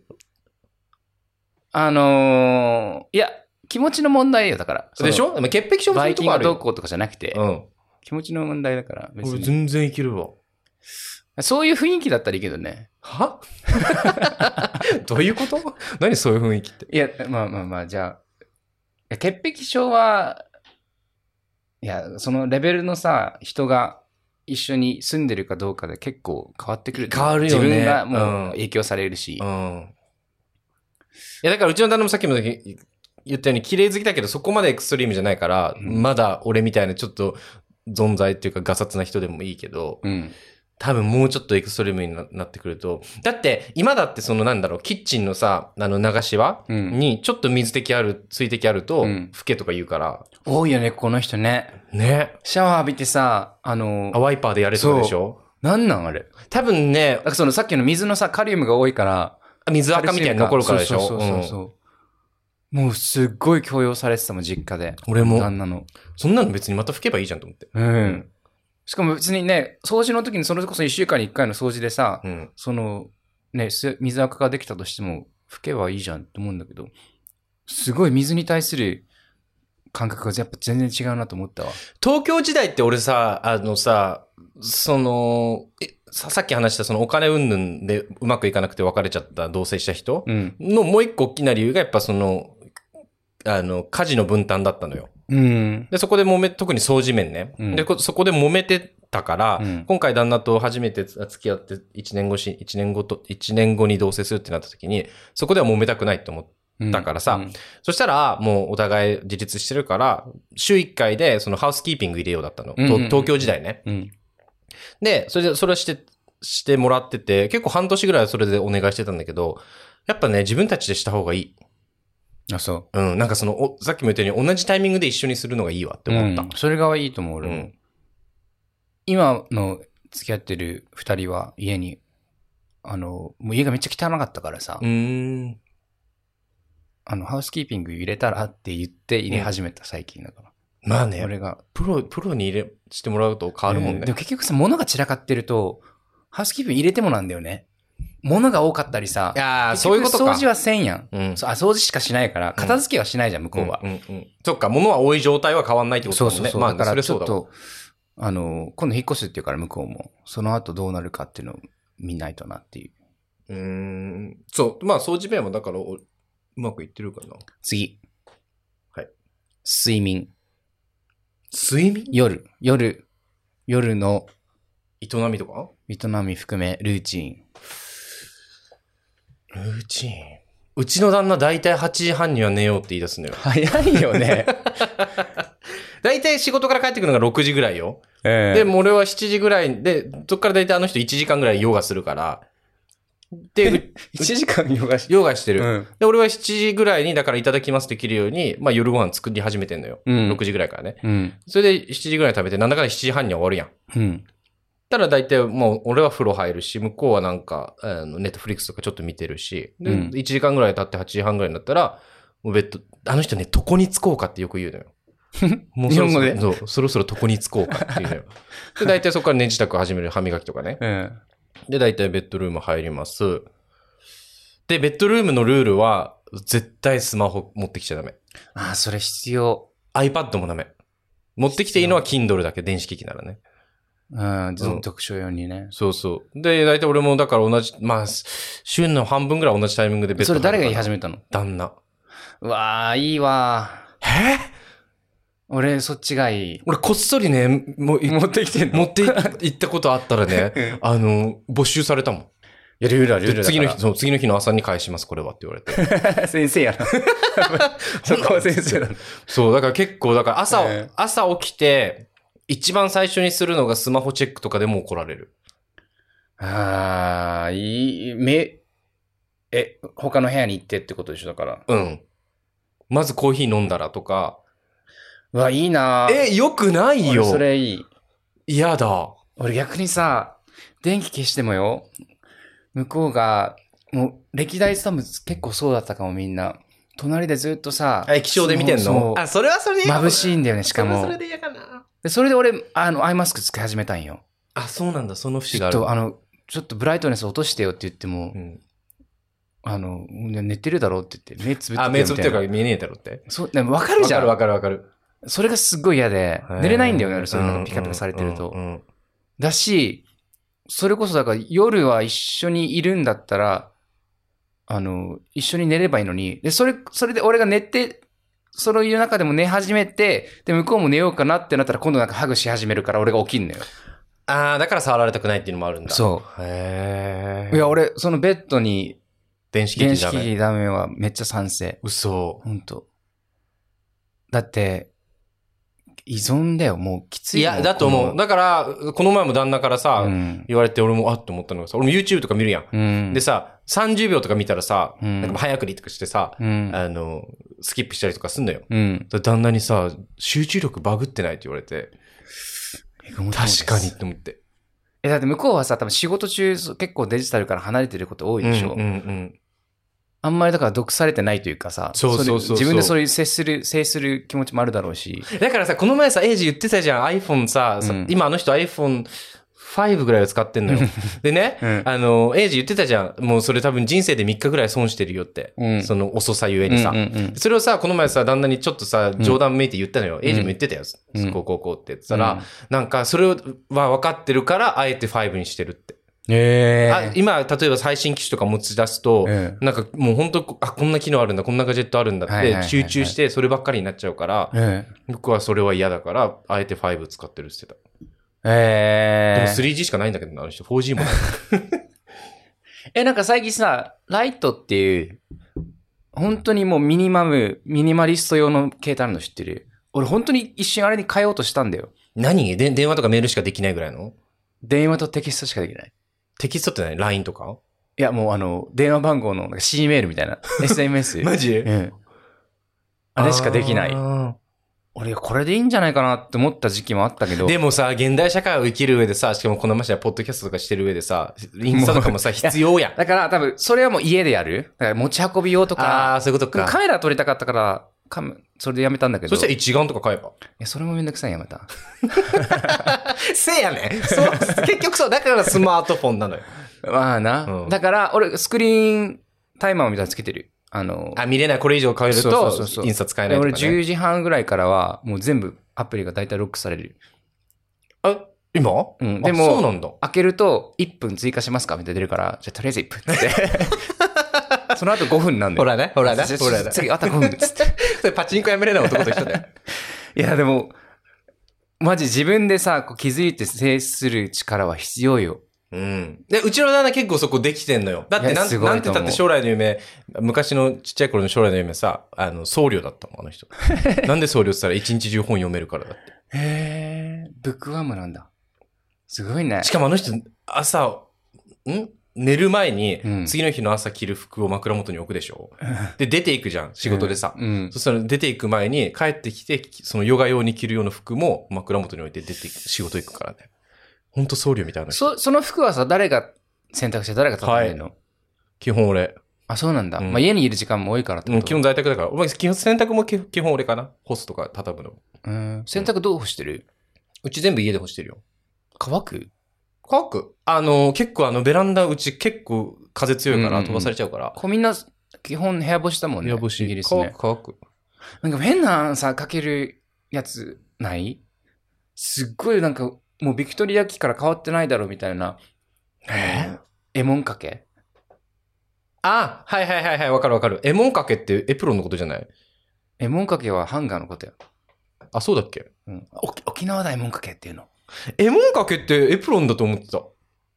いや、気持ちの問題よ、だから。 でしょ？潔癖症もそういうとこあるよ。 バイキンがどうこうとかじゃなくて。気持ちの問題だから。 別に俺全然いけるわ。 そういう雰囲気だったらいいけどね。 は？どういうこと？何そういう雰囲気って。 いや、まあ、じゃあ。潔癖症は、いや、そのレベルのさ、人が一緒に住んでるかどうかで結構変わってくる。 変わるよね。 自分がもう影響されるし。いや、だからうちの旦那もさっきも言ったように綺麗好きだけどそこまでエクストリームじゃないから、まだ俺みたいなちょっと存在っていうかガサツな人でもいいけど、多分もうちょっとエクストリームになってくると。だって、今だってキッチンのさ、流し場にちょっと水滴あると、拭けとか言うから。 多いよね、この人ね。 ね。 シャワー浴びてさ、 ワイパーでやれとかでしょ？ なんあれ。 多分ね、 さっきの水のさ、カリウムが多いから、 水垢みたいに残るからでしょ？ そう。もうすっごい強要されてたもん、実家で。 俺も。 旦那の。 そんなの別にまた拭けばいいじゃんと思って。 しかも別にね、掃除の時にそれこそ1週間に1回の掃除でさ、水垢ができたとしても、拭けばいいじゃんって思うんだけど、すごい水に対する感覚がやっぱ全然違うなと思ったわ。 東京時代って俺さ、さっき話したお金云々でうまくいかなくて別れちゃった同棲した人のもう一個大きな理由がやっぱ家事の分担だったのよ。で、そこで特に掃除面ね。で、そこで揉めてたから、今回旦那と初めて付き合って1年後に同棲するってなった時に、そこでは揉めたくないって思ったからさ、そしたら、もうお互い自立してるから、週1回でハウスキーピング入れようだったの。東京時代ね。で、それはしてもらってて、結構半年ぐらいはそれでお願いしてたんだけど、やっぱね、自分たちでした方がいい。 そう。 なんかさっきも言ったように同じタイミングで一緒にするのがいいわって思った。 それがいいと思う、俺も。今の付き合ってる二人は家に、もう家がめっちゃ汚かったからさ。ハウスキーピング入れたらって言って入れ始めた、最近だから。 まあね。 俺が。 プロにしてもらうと変わるもんね。 でも結局さ、物が散らかってると、ハウスキーピング入れてもなんだよね。物が多かったりさ。 いやー、そういうことか。 掃除はせんやん。掃除しかしないから、片付けはしないじゃん、向こうは。 そっか、物は多い状態は変わんないってことだもんね。 そう。だからちょっと、今度引っ越すっていうから向こうも、その後どうなるかっていうのを見ないとなっていう。 そう。まあ、掃除面はだから、うまくいってるかな。 次。 はい。 睡眠。 睡眠？ 夜の営みとか？ 営み含め、ルーチン。 うちの旦那大体8時半には寝ようって言い出すのよ。 早いよね。 大体仕事から帰ってくるのが6時ぐらいよ。で、もう俺は7時ぐらいで、そっから大体あの人1時間ぐらいヨガするから。 で、 1時間ヨガヨガしてる。 うん。 で、俺は7時ぐらいに、だからいただきますできるように、まあ夜ご飯作り始めてんのよ。 うん 6時ぐらいからね。 うん。 それで7時ぐらい食べて、なんだかんだ7時半には終わるやん。 うん。 たら大体もう俺は風呂入るし、向こうはなんか、ネットフリックスとかちょっと見てるし、で、 うん 1時間ぐらい経って8時半ぐらいになったら、もうベッド、あの人ね、床につこうかってよく言うのよ。もう日本語でそう、そろそろ床につこうかっていうのよ。で、大体そこから寝支度始める歯磨きとかね。 うん。 で、大体ベッドルーム入ります。で、ベッドルームのルールは、絶対スマホ持ってきちゃダメ。 ああ、それ必要。 iPad もダメ。持ってきていいのは Kindle だけ、電子機器ならね。 うん、読書用にね。 そうそう。で、大体俺もだから同じ、まあ、週の半分ぐらい同じタイミングでベッドそれ誰が言い始めたの？ 旦那。 うわー、いいわー。俺、そっちがいい。 俺、こっそりね、持ってきてんの？ 持って行ったことあったらね、没収されたもん。 いや、ルールはルールだから。 次の日の朝に返します、これはって言われて。 先生やな。そこは先生だ。 そう、だから結構、だから朝起きて、一番最初にするのがスマホチェックとかでも怒られる。 ああ、他の部屋に行ってってことでしょ、だから。 うん。まずコーヒー飲んだらとか。 うわ、いいなよくないよ。 それいい。 嫌だ。 俺逆にさ、電気消してもよ、向こうが、もう歴代多分結構そうだったかもみんな。隣でずっとさ、 液晶で見てんの？あ、それはそれで眩しいんだよね、しかも。 それで嫌かな。 それで俺、アイマスクつけ始めたんよ。 あ、そうなんだ、その節がある。 ちょっとブライトネス落としてよって言っても、寝てるだろって言って、目つぶって目つぶってるから見えねえだろって。 そう、わかるじゃん。 わかる。 それがすっごい嫌で、寝れないんだよね、そういうのがピカピカされてると。だし、それこそだから夜は一緒にいるんだったら、一緒に寝ればいいのに、で、それで俺が寝て、そういう中でも寝始めて、で、向こうも寝ようかなってなったら今度なんかハグし始めるから俺が起きんのよ。 ああ、だから触られたくないっていうのもあるんだ。 そう。 へえ。 いや、俺、そのベッドに、 電子機器ダメはめっちゃ賛成。 嘘。 ほんと。だって、依存だよ、もうきつい。 いや、だと思う。だから、この前も旦那からさ、言われて俺もって思ったのがさ、俺も YouTube とか見るやん。でさ、30秒とか見たらさ、なんか早送りとかしてさ、スキップしたりとかすんのよ。旦那にさ、集中力バグってないって言われて、確かにって思って。 だって向こうはさ、多分仕事中結構デジタルから離れてること多いでしょ。あんまりだから毒されてないというかさ、 そう自分でそういう制する気持ちもあるだろうし。 だからさ、この前さ、エイジ言ってたじゃん、iPhone さ、今あの人 iPhone5 ぐらいを使ってんのよ。でね、エイジ言ってたじゃん、もうそれ多分人生で3日ぐらい損してるよって、その遅さゆえにさ。それをさ、この前さ、旦那にちょっとさ、冗談めいて言ったのよ。エイジも言ってたよ。こうって言ってたら、なんかそれは分かってるから、あえて5にしてるって。今、例えば最新機種とか持ち出すと、なんかもう本当こんな機能あるんだ、こんなガジェットあるんだって集中してそればっかりになっちゃうから、僕はそれは嫌だから、あえて5使ってるって言ってた。でも 3G しかないんだけどな、あの人 4G もない。 なんか最近さ、ライトっていう、本当にもうミニマリスト用の携帯あるの知ってる？俺本当に一瞬あれに変えようとしたんだよ。 何？電話とかメールしかできないぐらいの？ 電話とテキストしかできない。 テキストって何？ LINE とか？ いや、もう電話番号の C メールみたいな。SMS。 マジ？ あれしかできない。俺、これでいいんじゃないかなって思った時期もあったけど。 でもさ、現代社会を生きる上でさ、しかもこのままじゃポッドキャストとかしてる上でさ、インスタとかもさ、必要やん。 だから多分、それはもう家でやる。だから持ち運び用とか。 そういうことか。 カメラ撮りたかったから、それでやめたんだけど。 そしたら一眼とか買えば。 いや、それもめんどくさいやめた。 せやね。結局そう。だからスマートフォンなのよ。 まあな。だから、俺、スクリーンタイマーみたいなのつけてる。 見れない、これ以上変えると、インスタ使えないとか、ね。 俺10時半ぐらいからは、もう全部アプリが大体ロックされる。 今？ でも、 そうなんだ。 開けると、1分追加しますかみたいな出るから、じゃあとりあえず1分って。その後5分なんで。 ほらね。 次、あと5分つって。 それパチンコやめれない男と一緒だよ。 いや、でも、マジ自分でさ、気づいて制する力は必要よ。 で、うちの旦那結構そこできてんのよ。だってなんて言ったって将来の夢、昔のちっちゃい頃の将来の夢さ、僧侶だったもん、あの人。なんで僧侶って言ったら一日中本読めるからだって。 ブックワームなんだ。すごいね。 しかもあの人、朝、 寝る前に、次の日の朝着る服を枕元に置くでしょ。で、出ていくじゃん、仕事でさ。そしたら出ていく前に、帰ってきて、そのヨガ用に着るような服も枕元に置いて出て仕事行くからね。ほんと僧侶みたいな。 その服はさ、誰が選択して誰が畳んでんの？ 基本俺。 あ、そうなんだ。まあ家にいる時間も多いからってこと？基本在宅だから。お前、基本洗濯も基本俺かな。干すとか畳むの。洗濯どう干してる？ うち全部家で干してるよ。 乾く？ 乾く？結構ベランダうち結構風強いから飛ばされちゃうから。 みんな基本部屋干しだもんね。 部屋干し。 イギリスね。 乾く。 なんか変なさ、かけるやつない？すっごいなんかもうビクトリア期から変わってないだろみたいな。エモンかけ？ あ、はい、わかる。エモンかけってエプロンのことじゃない？ エモンかけはハンガーのことや。 あ、そうだっけ？ 沖縄だエモンかけっていうの。 エモンかけってエプロンだと思ってた。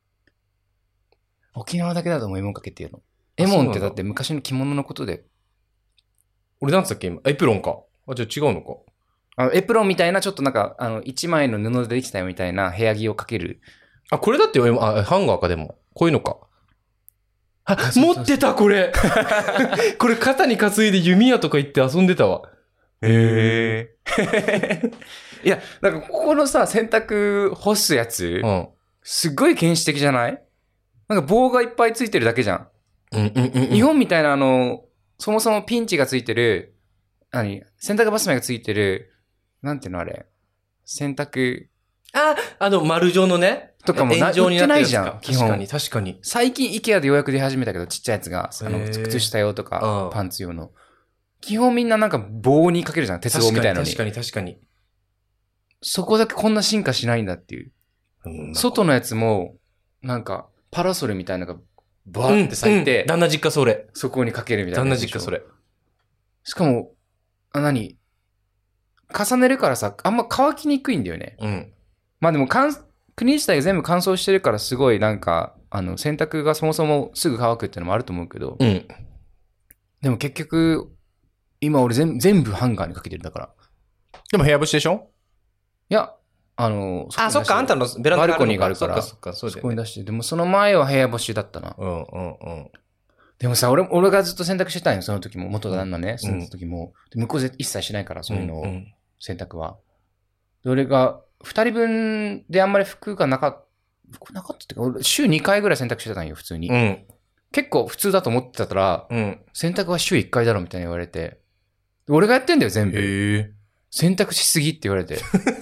沖縄だけだと思うエモンかけっていうの。エモンってだって昔の着物のことで。 俺なんつったっけ今。エプロンか。あ、じゃあ違うのか。 エプロンみたいなちょっとなんか、一枚の布でできたよみたいな部屋着をかける。 あ、これだってハンガーかでも。こういうのか。持ってたこれこれ肩に担いで弓矢とか行って遊んでたわ。 へえ。いや、なんかここのさ、洗濯干すやつ、すっごい原始的じゃない？なんか棒がいっぱいついてるだけじゃん。日本みたいなそもそもピンチがついてる、洗濯バス目がついてる、なんていうのあれ？洗濯。 丸状のね。 とかも売ってないじゃん、基本。 確かに。 最近 IKEA でようやく出始めたけど、ちっちゃいやつが、靴下用とか、パンツ用の。基本みんななんか棒にかけるじゃん、鉄棒みたいなのに。 確かに。 そこだけこんな進化しないんだっていう。外のやつも、なんか、パラソルみたいなのが、バーって咲いて、 旦那実家それ。 そこにかけるみたいな。 旦那実家それ。 しかも、重ねるからさ、あんま乾きにくいんだよね。まあでも、国自体が全部乾燥してるからすごいなんか、洗濯がそもそもすぐ乾くっていうのもあると思うけど、でも結局、今俺全部ハンガーにかけてるんだから。 でも部屋干しでしょ？ いや、 そっか、あんたのベランダバルコニーがあるから、 そこに出して、でもその前は部屋干しだったな。でもさ、俺がずっと洗濯してたんよ、その時も。元旦那ね、その時も。向こう一切しないから、そういうのを、洗濯は。で俺が、二人分であんまり服がなかったっていうか、俺週2回ぐらい洗濯してたんよ、普通に。結構普通だと思ってたら、洗濯は週1回だろみたいに言われて。俺がやってんだよ、全部。洗濯しすぎって言われて。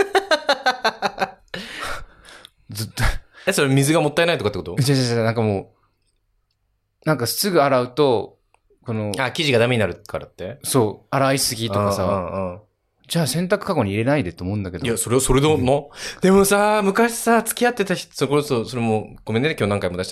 ずっと。 それ水がもったいないとかってこと？ なんかもう、なんかすぐ洗うと、 生地がダメになるからって？ そう、洗いすぎとかさ。じゃあ洗濯カゴに入れないでと思うんだけど。 いや、それでも、でもさ、昔さ、付き合ってた人、それも、ごめんね、今日何回も出して、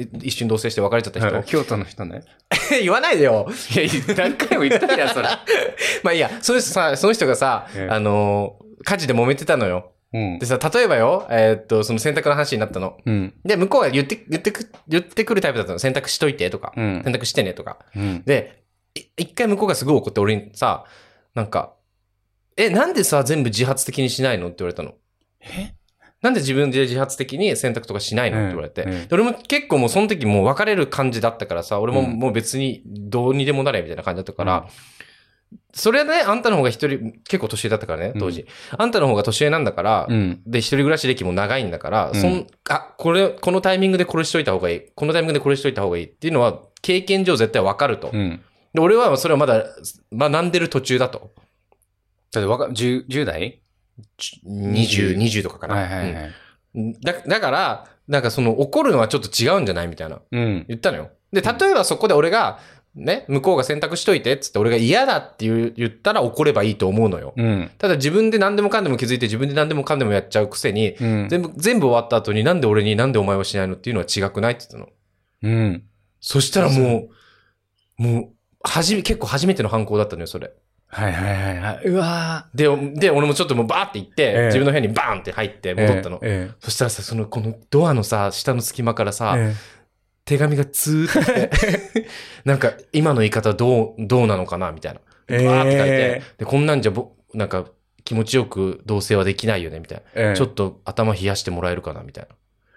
一瞬同棲して別れちゃった人。 京都の人ね。 言わないでよ。 いや、何回も言ったじゃん、それ。 まあいいや、その人がさ、家事で揉めてたのよ。でさ、例えばよ、その洗濯の話になったの。で、向こうは言ってくるタイプだったの。洗濯しといてとか、洗濯してねとか。で、一回向こうがすごい怒って俺にさ、なんか、なんでさ、全部自発的にしないのって言われたの。なんで自分で自発的に洗濯とかしないのって言われて。で俺も結構もうその時もう別れる感じだったからさ、俺ももう別にどうにでもなれみたいな感じだったから、それはね、あんたの方が結構年上だったからね、当時。あんたの方が年上なんだから、で、一人暮らし歴も長いんだから、このタイミングでこれしといた方がいい。このタイミングでこれしといた方がいいっていうのは、経験上絶対わかると。で、俺はそれはまだ学んでる途中だと。 だって10代 ?20 とかかな。だから、なんか怒るのはちょっと違うんじゃないみたいな。言ったのよ。で、例えばそこで俺が、ね、向こうが洗濯しといてっつって俺が嫌だって言ったら怒ればいいと思うのよ。ただ自分で何でもかんでも気づいて自分で何でもかんでもやっちゃうくせに、全部終わった後になんで俺になんでお前はしないのっていうのは違くないって言ったの。そしたらもう、結構初めての犯行だったのよ、それ。うわー。で、俺もちょっともうバーって行って、自分の部屋にバーンって入って戻ったの。そしたらさ、このドアのさ、下の隙間からさ、手紙がツーってなんか、今の言い方どうなのかなみたいな。バーって書いて、で、こんなんじゃなんか、気持ちよく同棲はできないよねみたいな。ちょっと頭冷やしてもらえるかなみたいな。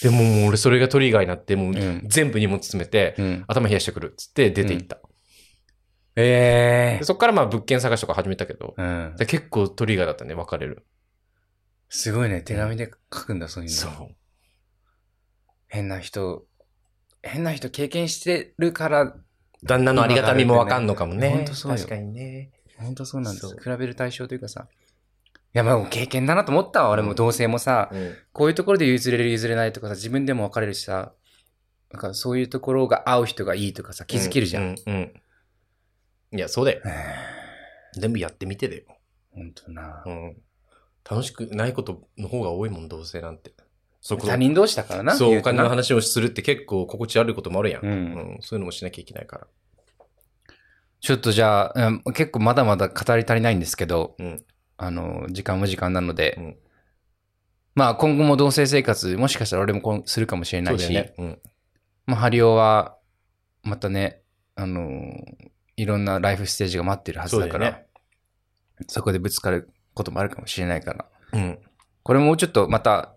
でももう俺それがトリガーになって、もう全部荷物詰めて、頭冷やしてくるっつって出て行った。でそっからまあ物件探しとか始めたけど、で結構トリガーだったね、別れる。 すごいね、手紙で書くんだ、そういうの。 そう。 変な人経験してるから、 旦那のありがたみもわかんのかもね。 本当そうよ。 確かにね。 本当そうなんです。比べる対象というかさ。いや、まあ経験だなと思ったわ。俺も同性もさ、こういうところで譲れる譲れないとかさ、自分でも別れるしさ、なんかそういうところが合う人がいいとかさ、気づけるじゃん。 いや、そうだよ。全部やってみてだよ。 本当な。 楽しくないことの方が多いもん、同性なんて。 他人同士だからな。 そう、お金の話をするって結構心地悪いこともあるやん。そういうのもしなきゃいけないから。 ちょっとじゃあ、結構まだまだ語り足りないんですけど、時間も時間なので、まあ今後も同性生活、もしかしたら俺もするかもしれないし、まあハリオは、またね、いろんなライフステージが待ってるはずだから、そこでぶつかることもあるかもしれないから、これもうちょっとまた、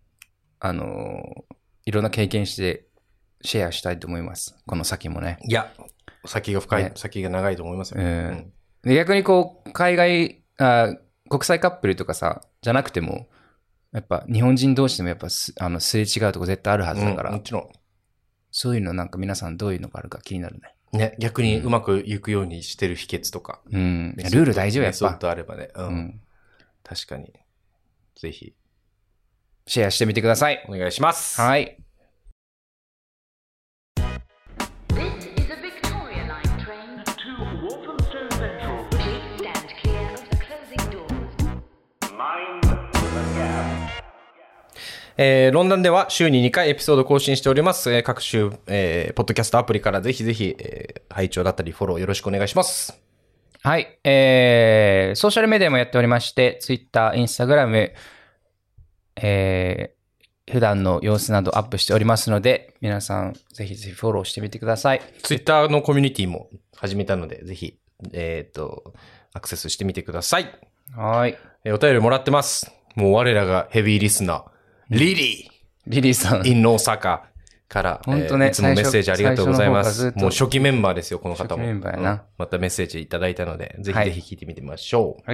いろんな経験してシェアしたいと思います。この先もね。 いや、先が深い、先が長いと思いますよ。 で逆にこう、国際カップルとかさ、じゃなくても、やっぱ日本人同士でもやっぱすれ違うとこ絶対あるはずだから、 もちろん。 そういうのなんか皆さんどういうのがあるか気になるね。 ね、逆にうまくいくようにしてる秘訣とか。 ルール大事よ、やっぱ。 そうとあればね。確かに。ぜひ。 シェアしてみてください。 お願いします。 はい。 ロンダンでは週に2回エピソード更新しております。各種、ポッドキャストアプリからぜひぜひ、拝聴だったりフォローよろしくお願いします。 はい。ソーシャルメディアもやっておりまして、Twitter、Instagram、普段の様子などアップしておりますので、皆さんぜひぜひフォローしてみてください。 Twitter のコミュニティも始めたので、ぜひ、アクセスしてみてください。 はい。 お便りもらってます。もう我らがヘビーリスナー、リリーさん。 in 大阪から、 本当ね、 いつもメッセージありがとうございます。もう初期メンバーですよ、この方も。 初期メンバーやな。 またメッセージいただいたので、ぜひぜひ聞いてみてみましょう。 はい。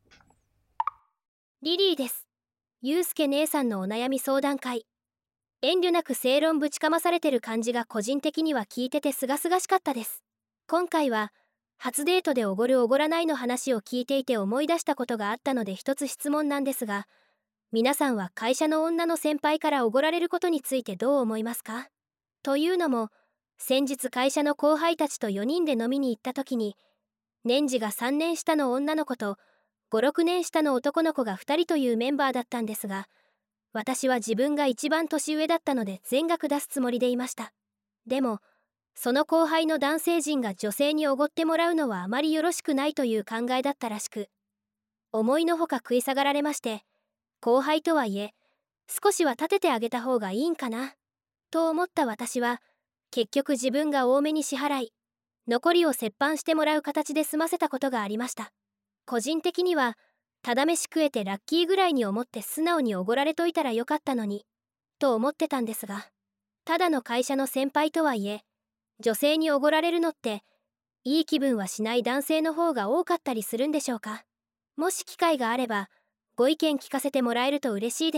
リリーです。ゆうすけ姉さんのお悩み相談会。遠慮なく正論ぶちかまされてる感じが個人的には聞いててすがすがしかったです。今回は、初デートでおごるおごらないの話を聞いていて思い出したことがあったので一つ質問なんですが、皆さんは会社の女の先輩からおごられることについてどう思いますか？というのも、先日会社の後輩たちと4人で飲みに行った時に、年次が3年下の女の子と5、6年下の男の子が2人というメンバーだったんですが、私は自分が一番年上だったので全額出すつもりでいました。でも、その後輩の男性陣が女性におごってもらうのはあまりよろしくないという考えだったらしく、思いのほか食い下がられまして、後輩とはいえ、少しは立ててあげた方がいいんかな、と思った私は、結局自分が多めに支払い、残りを折半してもらう形で済ませたことがありました。個人的には、ただ飯食えてラッキーぐらいに思って素直におごられといたらよかったのに、と思ってたんですが、ただの会社の先輩とはいえ、女性におごられるのって、いい気分はしない男性の方が多かったりするんでしょうか。もし機会があれば、ご意見聞かせてもらえると嬉しいです。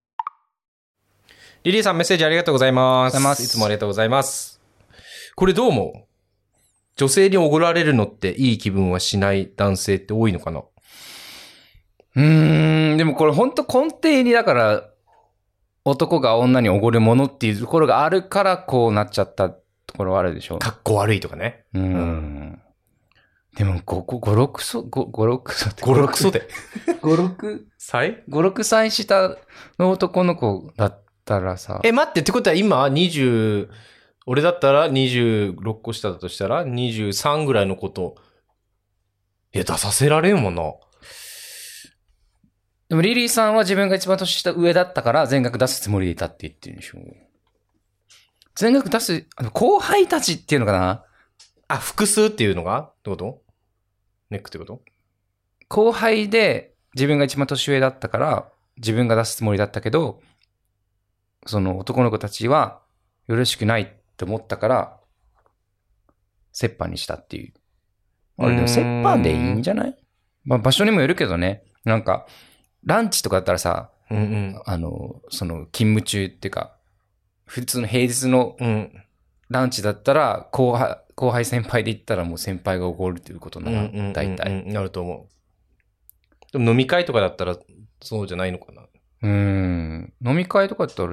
リリーさんメッセージありがとうございます。いつもありがとうございます。これどう思う？女性におごられるのっていい気分はしない男性って多いのかな？ でもこれ本当根底にだから男が女におごるものっていうところがあるからこうなっちゃったところはあるでしょう。 かっこ悪いとかね。 でも5、6歳で。5、6歳下の男の子だったらさ。 待ってってことは今俺だったら26個下だとしたら23ぐらいのこと。出させられんもんな。 でもリリーさんは自分が一番年下上だったから全額出すつもりでいたって言ってるんでしょ。全額出す、後輩たちっていうのかな？ 複数っていうのがってこと？ネックってこと？ 後輩で自分が一番年上だったから自分が出すつもりだったけど、 その男の子たちはよろしくないって思ったから、折半にしたっていう。あれでも折半でいいんじゃない？まあ場所にもよるけどね。なんか、ランチとかだったらさ、その勤務中っていうか、普通の平日のランチだったら、後輩先輩で行ったらもう先輩がおごるということなら、大体。 なると思う。でも飲み会とかだったらそうじゃないのかな。 飲み会とかだったら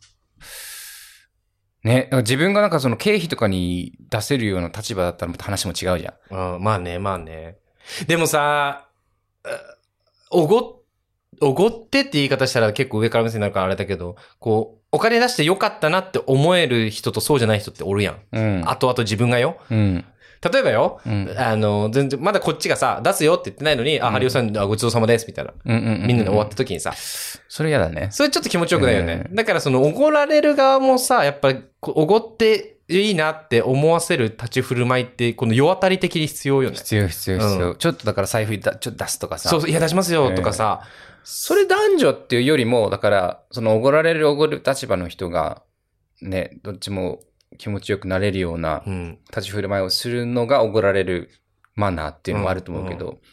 ね、自分がなんかその経費とかに出せるような立場だったらまた話も違うじゃん。まあね。でもさ、おごってって言い方したら結構上から目線になるからあれだけど、こう、お金出してよかったなって思える人とそうじゃない人っておるやん。後々自分がよ。例えばよ、全然、まだこっちがさ、出すよって言ってないのに、ハリオさん、ごちそうさまです、みたいな。みんなで終わった時にさ。 それ嫌だね。 それちょっと気持ちよくないよね。だからおごられる側もさ、やっぱり、おごっていいなって思わせる立ち振る舞いって、この世当たり的に必要よね。 必要。ちょっとだから財布ちょっと出すとかさ。 そう、いや出しますよ、とかさ。 それ男女っていうよりも、だから、そのおごる立場の人が、ね、どっちも、気持ちよくなれるような立ち振る舞いをするのがおごられるマナーっていうのもあると思うけど、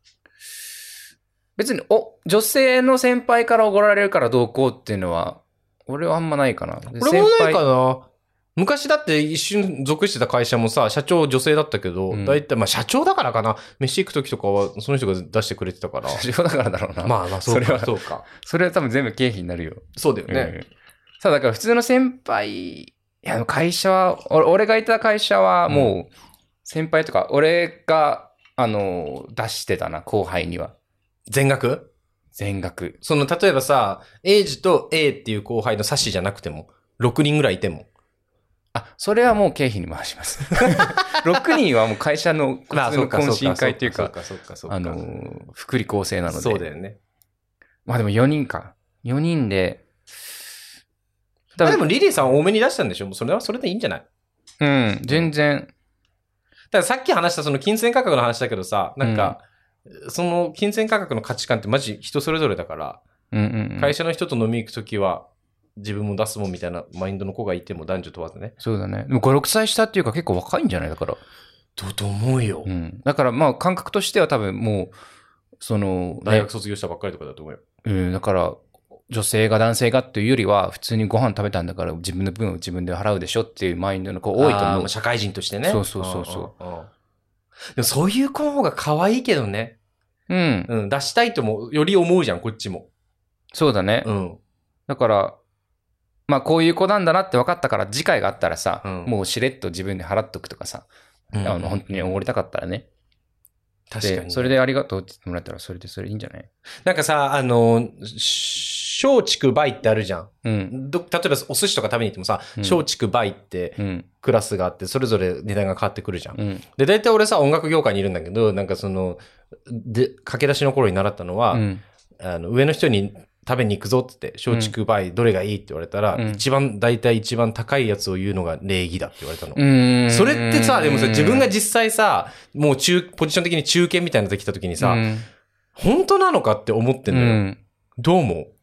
別に女性の先輩からおごられるからどうこうっていうのは俺はあんまないかな。 俺もないかな。昔だって一瞬属してた会社もさ、社長女性だったけど、だいたいまあ社長だからかな、飯行く時とかはその人が出してくれてたから。 社長だからだろうな。 まあそうか。 それは多分全部経費になるよ。 そうだよね。 さあだから普通の先輩、いや、会社は、俺がいた会社はもう、先輩とか、俺が、出してたな、後輩には。 全額。例えばさ、エイジと A っていう後輩の差しじゃなくても、6人ぐらいいても。 それはもう経費に回します。6人はもう会社の懇親会っていうか、福利厚生なので。 そうだよね。 まあでも4人か。4人で、 でもリリーさん多めに出したんでしょ？もうそれはそれでいいんじゃない？ 全然。 だからさっき話したその金銭価格の話だけどさ、なんか、その金銭価格の価値観ってマジ人それぞれだから、会社の人と飲み行くときは自分も出すもんみたいなマインドの子がいても男女問わずね。 そうだね。でも5、6歳下っていうか結構若いんじゃないだから。 と思うよ。 だからまあ感覚としては多分もう、 大学卒業したばっかりとかだと思うよ。 だから、女性が男性がっていうよりは、普通にご飯食べたんだから自分の分を自分で払うでしょっていうマインドの子多いと思う。 社会人としてね。 そう。 でもそういう子の方が可愛いけどね。出したいとも、より思うじゃん、こっちも。 そうだね。だから、まあこういう子なんだなって分かったから、次回があったらさ、もうしれっと自分で払っとくとかさ、本当におごりたかったらね。確かに。それでありがとうって言ってもらえたら、それでいいんじゃない？ なんかさ、松竹梅ってあるじゃん。例えばお寿司とか食べに行ってもさ、松竹梅ってクラスがあって、それぞれ値段が変わってくるじゃん。で、大体俺さ、音楽業界にいるんだけど、なんか駆け出しの頃に習ったのは、上の人に食べに行くぞって言って、松竹梅どれがいいって言われたら、大体一番高いやつを言うのが礼儀だって言われたの。それってさ、でもさ、自分が実際さ、もうポジション的に中堅みたいなのできた時にさ、本当なのかって思ってんのよ。どう思う？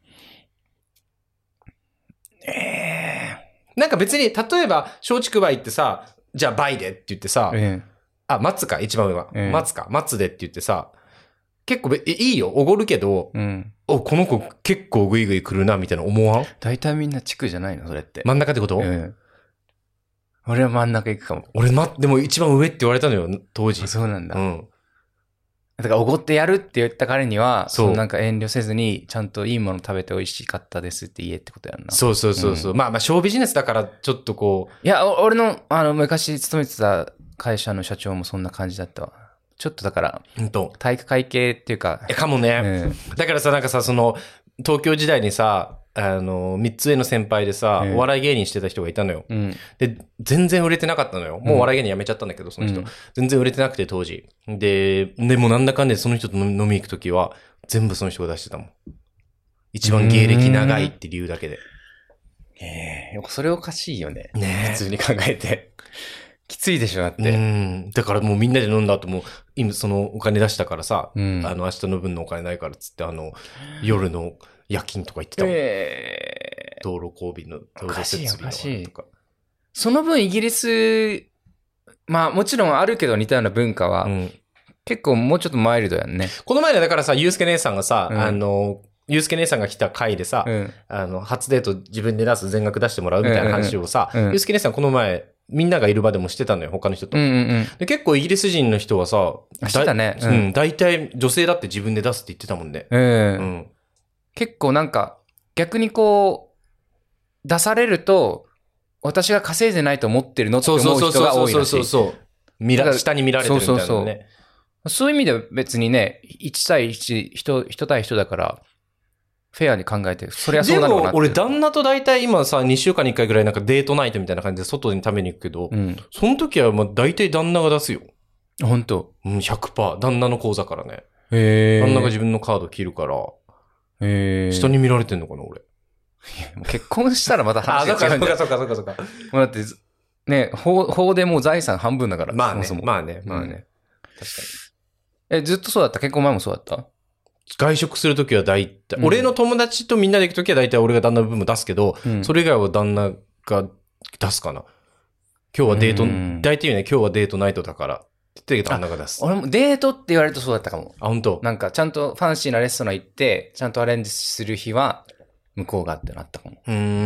なんか別に、例えば、松竹梅ってさ、じゃあ梅でって言ってさ、松か、一番上は。松でって言ってさ、結構いいよ、おごるけど、この子結構グイグイ来るな、みたいな思わん？ 大体みんな地区じゃないのそれって。 真ん中ってこと？ 俺は真ん中行くかも。 でも一番上って言われたのよ、当時。 そうなんだ。だからおごってやるって言った彼には、なんか遠慮せずに、ちゃんといいもの食べて美味しかったですって言えってことやんな。 そう。まあショービジネスだから、ちょっとこう。 いや、俺の、昔勤めてた会社の社長もそんな感じだったわ。ちょっとだから、体育会系っていうか。 かもね。だからさ、なんかさ、東京時代にさ、三つ上の先輩でさ、お笑い芸人してた人がいたのよ。で、全然売れてなかったのよ。もうお笑い芸人辞めちゃったんだけど、その人。全然売れてなくて、当時。でもなんだかんでその人と飲み行くときは、全部その人が出してたもん。一番芸歴長いって理由だけで。 それおかしいよね。普通に考えて。きついでしょ、だって。 だからもうみんなで飲んだ後も、今そのお金出したからさ、明日の分のお金ないからっつって、夜の夜勤とか言ってたもん。 道路整備の、道路設備のとか。 その分イギリス、まあもちろんあるけど似たような文化は、結構もうちょっとマイルドやんね。 この前だからさ、ゆうすけ姉さんがさ、ゆうすけ姉さんが来た回でさ、初デート自分で出す全額出してもらうみたいな話をさ、ゆうすけ姉さんこの前、みんながいる場でもしてたのよ、他の人と。で結構イギリス人の人はさ、 してたね。 大体女性だって自分で出すって言ってたもんね。 結構なんか、逆にこう、出されると、私が稼いでないと思ってるのって思う人が多いらしい。 下に見られてるみたいなね。 そういう意味では別にね、1対1、人対人だから、フェアに考えて、そりゃそうなのかなって。 でも俺旦那と大体今さ、2週間に1回ぐらいなんかデートナイトみたいな感じで外に食べに行くけど、その時はまあ大体旦那が出すよ。 本当 100%。旦那の口座からね。旦那が自分のカード切るから、下に見られてんのかな、俺。 結婚したらまた話が違うんだよ。 そうか。 だって、ね、法でもう財産半分だから。 まあね。 そもそもまあね。確かに。ずっとそうだった？結婚前もそうだった？ 外食するときは大体、俺の友達とみんなで行くときは大体俺が旦那の分も出すけど、それ以外は旦那が出すかな。今日はデート、大体言うね、今日はデートナイトだから。って言って旦那が出す。 俺もデートって言われるとそうだったかも。 本当？ なんかちゃんとファンシーなレストラン行って、ちゃんとアレンジする日は、向こうがってなったかも。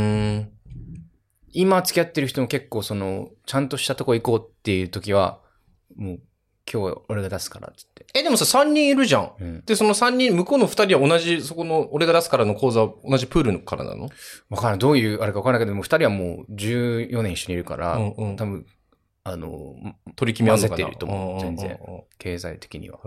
今付き合ってる人も結構ちゃんとしたとこ行こうっていう時は、もう、今日は俺が出すからって言って。 でもさ、3人いるじゃん。で、その3人、向こうの2人は同じ、そこの、俺が出すからの講座、同じプールからなの？ わからない。どういう、あれかわからないけど、もう2人はもう14年一緒にいるから、多分、 取り決め合わせてると思う。全然。経済的には。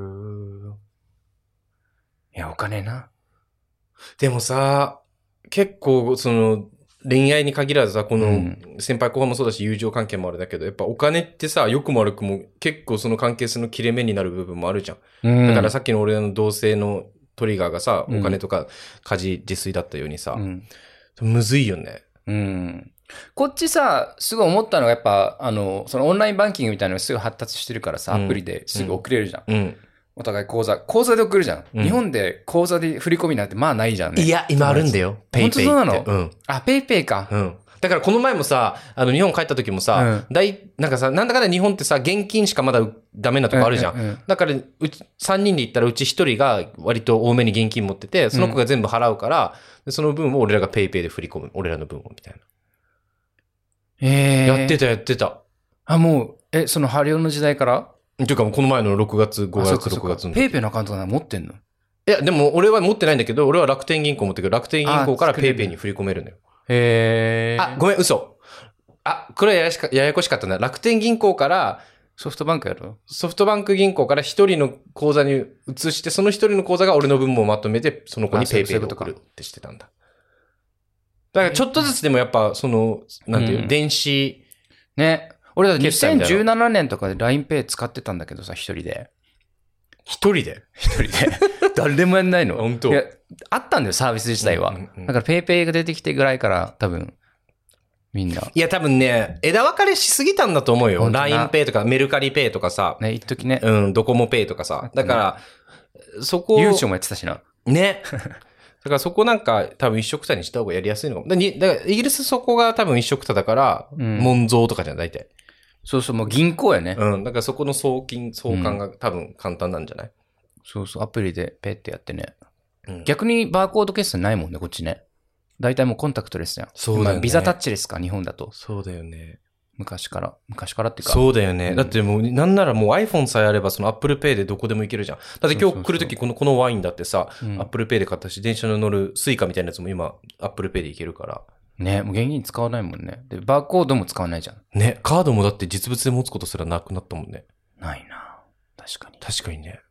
いや、お金な。 でもさ、結構、恋愛に限らずさ、この、先輩後輩もそうだし、友情関係もあれだけど、やっぱお金ってさ、良くも悪くも結構その関係性の切れ目になる部分もあるじゃん。だからさっきの俺の同性のトリガーがさ、お金とか家事自炊だったようにさ、むずいよね。 こっちさ、すごい思ったのがやっぱ、そのオンラインバンキングみたいなのがすぐ発達してるからさ、アプリですぐ送れるじゃん。お互い口座で送るじゃん。日本で口座で振り込みなんてまあないじゃんね。 いや、今あるんだよ。 ペイペイって。本当そうなの？あ、ペイペイか。 だからこの前もさ、日本帰った時もさ、なんかさ、なんだかんだ日本ってさ、現金しかまだダメなとこあるじゃん。だから、3人で行ったらうち1人が割と多めに現金持ってて、その子が全部払うから、その分を俺らがペイペイで振り込む。俺らの分を、みたいな。やってた。 あ、もう、そのハリオの時代から？ っていうかもうこの前の6月、5月、6月の。 ペイペイのアカウントが持ってんの？ いや、でも俺は持ってないんだけど、俺は楽天銀行持ってるけど、楽天銀行からペイペイに振り込めるのよ。ごめん、嘘。これはややこしかったな。楽天銀行から、 ソフトバンクやろ？ ソフトバンク銀行から一人の口座に移して、その一人の口座が俺の分もまとめて、その子にペイペイで送るってしてたんだ。だからちょっとずつでもやっぱ、なんていう、電子。 ね。俺だって2017年とかで LINEPay 使ってたんだけどさ、一人で。 一人で誰でもやんないの？ 本当？ いや、あったんだよ、サービス自体は。だから PayPay が出てきてぐらいから多分、みんな。 いや、多分ね、枝分かれしすぎたんだと思うよ。LINEPay とかメルカリペイとかさ。 ね、一時ね。 ドコモペイとかさ。だから、そこ。 ゆうちょもやってたしな。 ね。だからそこなんか多分一緒くたにした方がやりやすいのかも。だからイギリスそこが多分一緒くただから、門蔵とかじゃん、大体。 そうそう、もう銀行やね。 だからそこの送還が多分簡単なんじゃない？ そうそう、アプリでペッてやってね。逆にバーコード決済ないもんね、こっちね。大体もうコンタクトレスじゃん。 そうだよね。 ビザタッチレスか、日本だと。 そうだよね。 昔からっていうか。 そうだよね。だってもう、なんならもう iPhone さえあればその Apple Pay でどこでも行けるじゃん。だって今日来るときこのワインだってさ、Apple Pay で買ったし、電車の乗るスイカみたいなやつも今 Apple Pay で行けるから。 ね、もう現金使わないもんね。で、バーコードも使わないじゃん。 ね、カードもだって実物で持つことすらなくなったもんね。 ないな。確かに。 確かにね。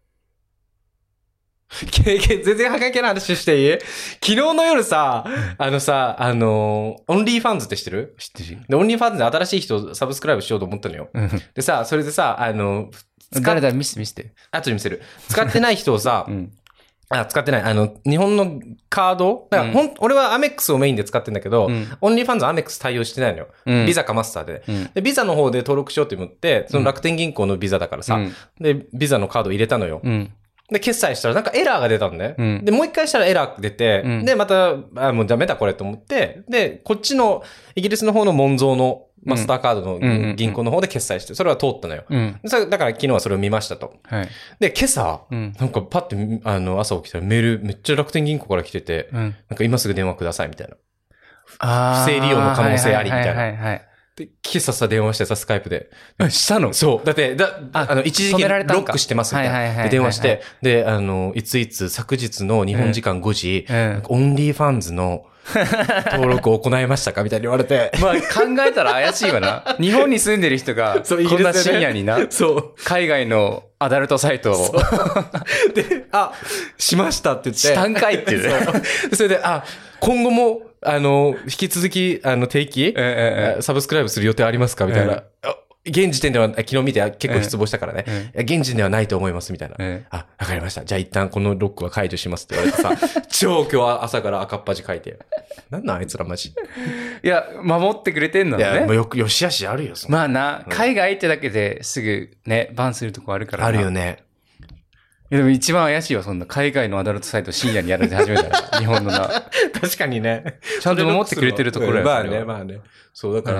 全然はがけな話していい？昨日の夜さ、オンリーファンズって知ってる？ 知ってる。 で、オンリーファンズで新しい人サブスクライブしようと思ったのよ。でさ、それでさ、 誰だ、見せて。 後で見せる。使ってない人をさ、使ってない。日本のカードだから俺はアメックスをメインで使ってんだけど、オンリーファンズはアメックス対応してないのよ。ビザかマスターで。で、ビザの方で登録しようと思って、その楽天銀行のビザだからさ、で、ビザのカードを入れたのよ。 で、決済したらなんかエラーが出たんだよ。で、もう一回したらエラー出て、で、また、もうダメだこれと思って、で、こっちの、イギリスの方のモンゾーのマスターカードの銀行の方で決済して、それは通ったのよ。だから昨日はそれを見ましたと。で、今朝、なんかパッて、朝起きたらメールめっちゃ楽天銀行から来てて、なんか今すぐ電話くださいみたいな。不正利用の可能性ありみたいな。で、今朝さ、電話してさ、スカイプで。 したの？ そう。だって、一時期ロックしてますみたいな。で、電話して、で、いつ昨日の日本時間5時、オンリーファンズの登録を行いましたかみたいに言われて。 まあ、考えたら怪しいわな。日本に住んでる人が、こんな深夜にな、海外のアダルトサイトを。 で、しましたって言って。 したんかいって言う。それで、今後も、引き続き、定期、サブスクライブする予定ありますかみたいな。現時点では、昨日見て結構失望したからね。現時点ではないと思いますみたいな。わかりました。じゃあ一旦このロックは解除しますって言われてさ、超今日は朝から赤っ端書いて。なんなんあいつらマジ。 いや、守ってくれてんのね。いや、 もうよしあしあるよ。 まあな、海外ってだけですぐね、バンするとこあるからな。 あるよね。 いやでも一番怪しいわ、そんな海外のアダルトサイト深夜にやられて始めたら、日本のな。 確かにね。 ちゃんと守ってくれてるところやまあね、まあね。そう、だから、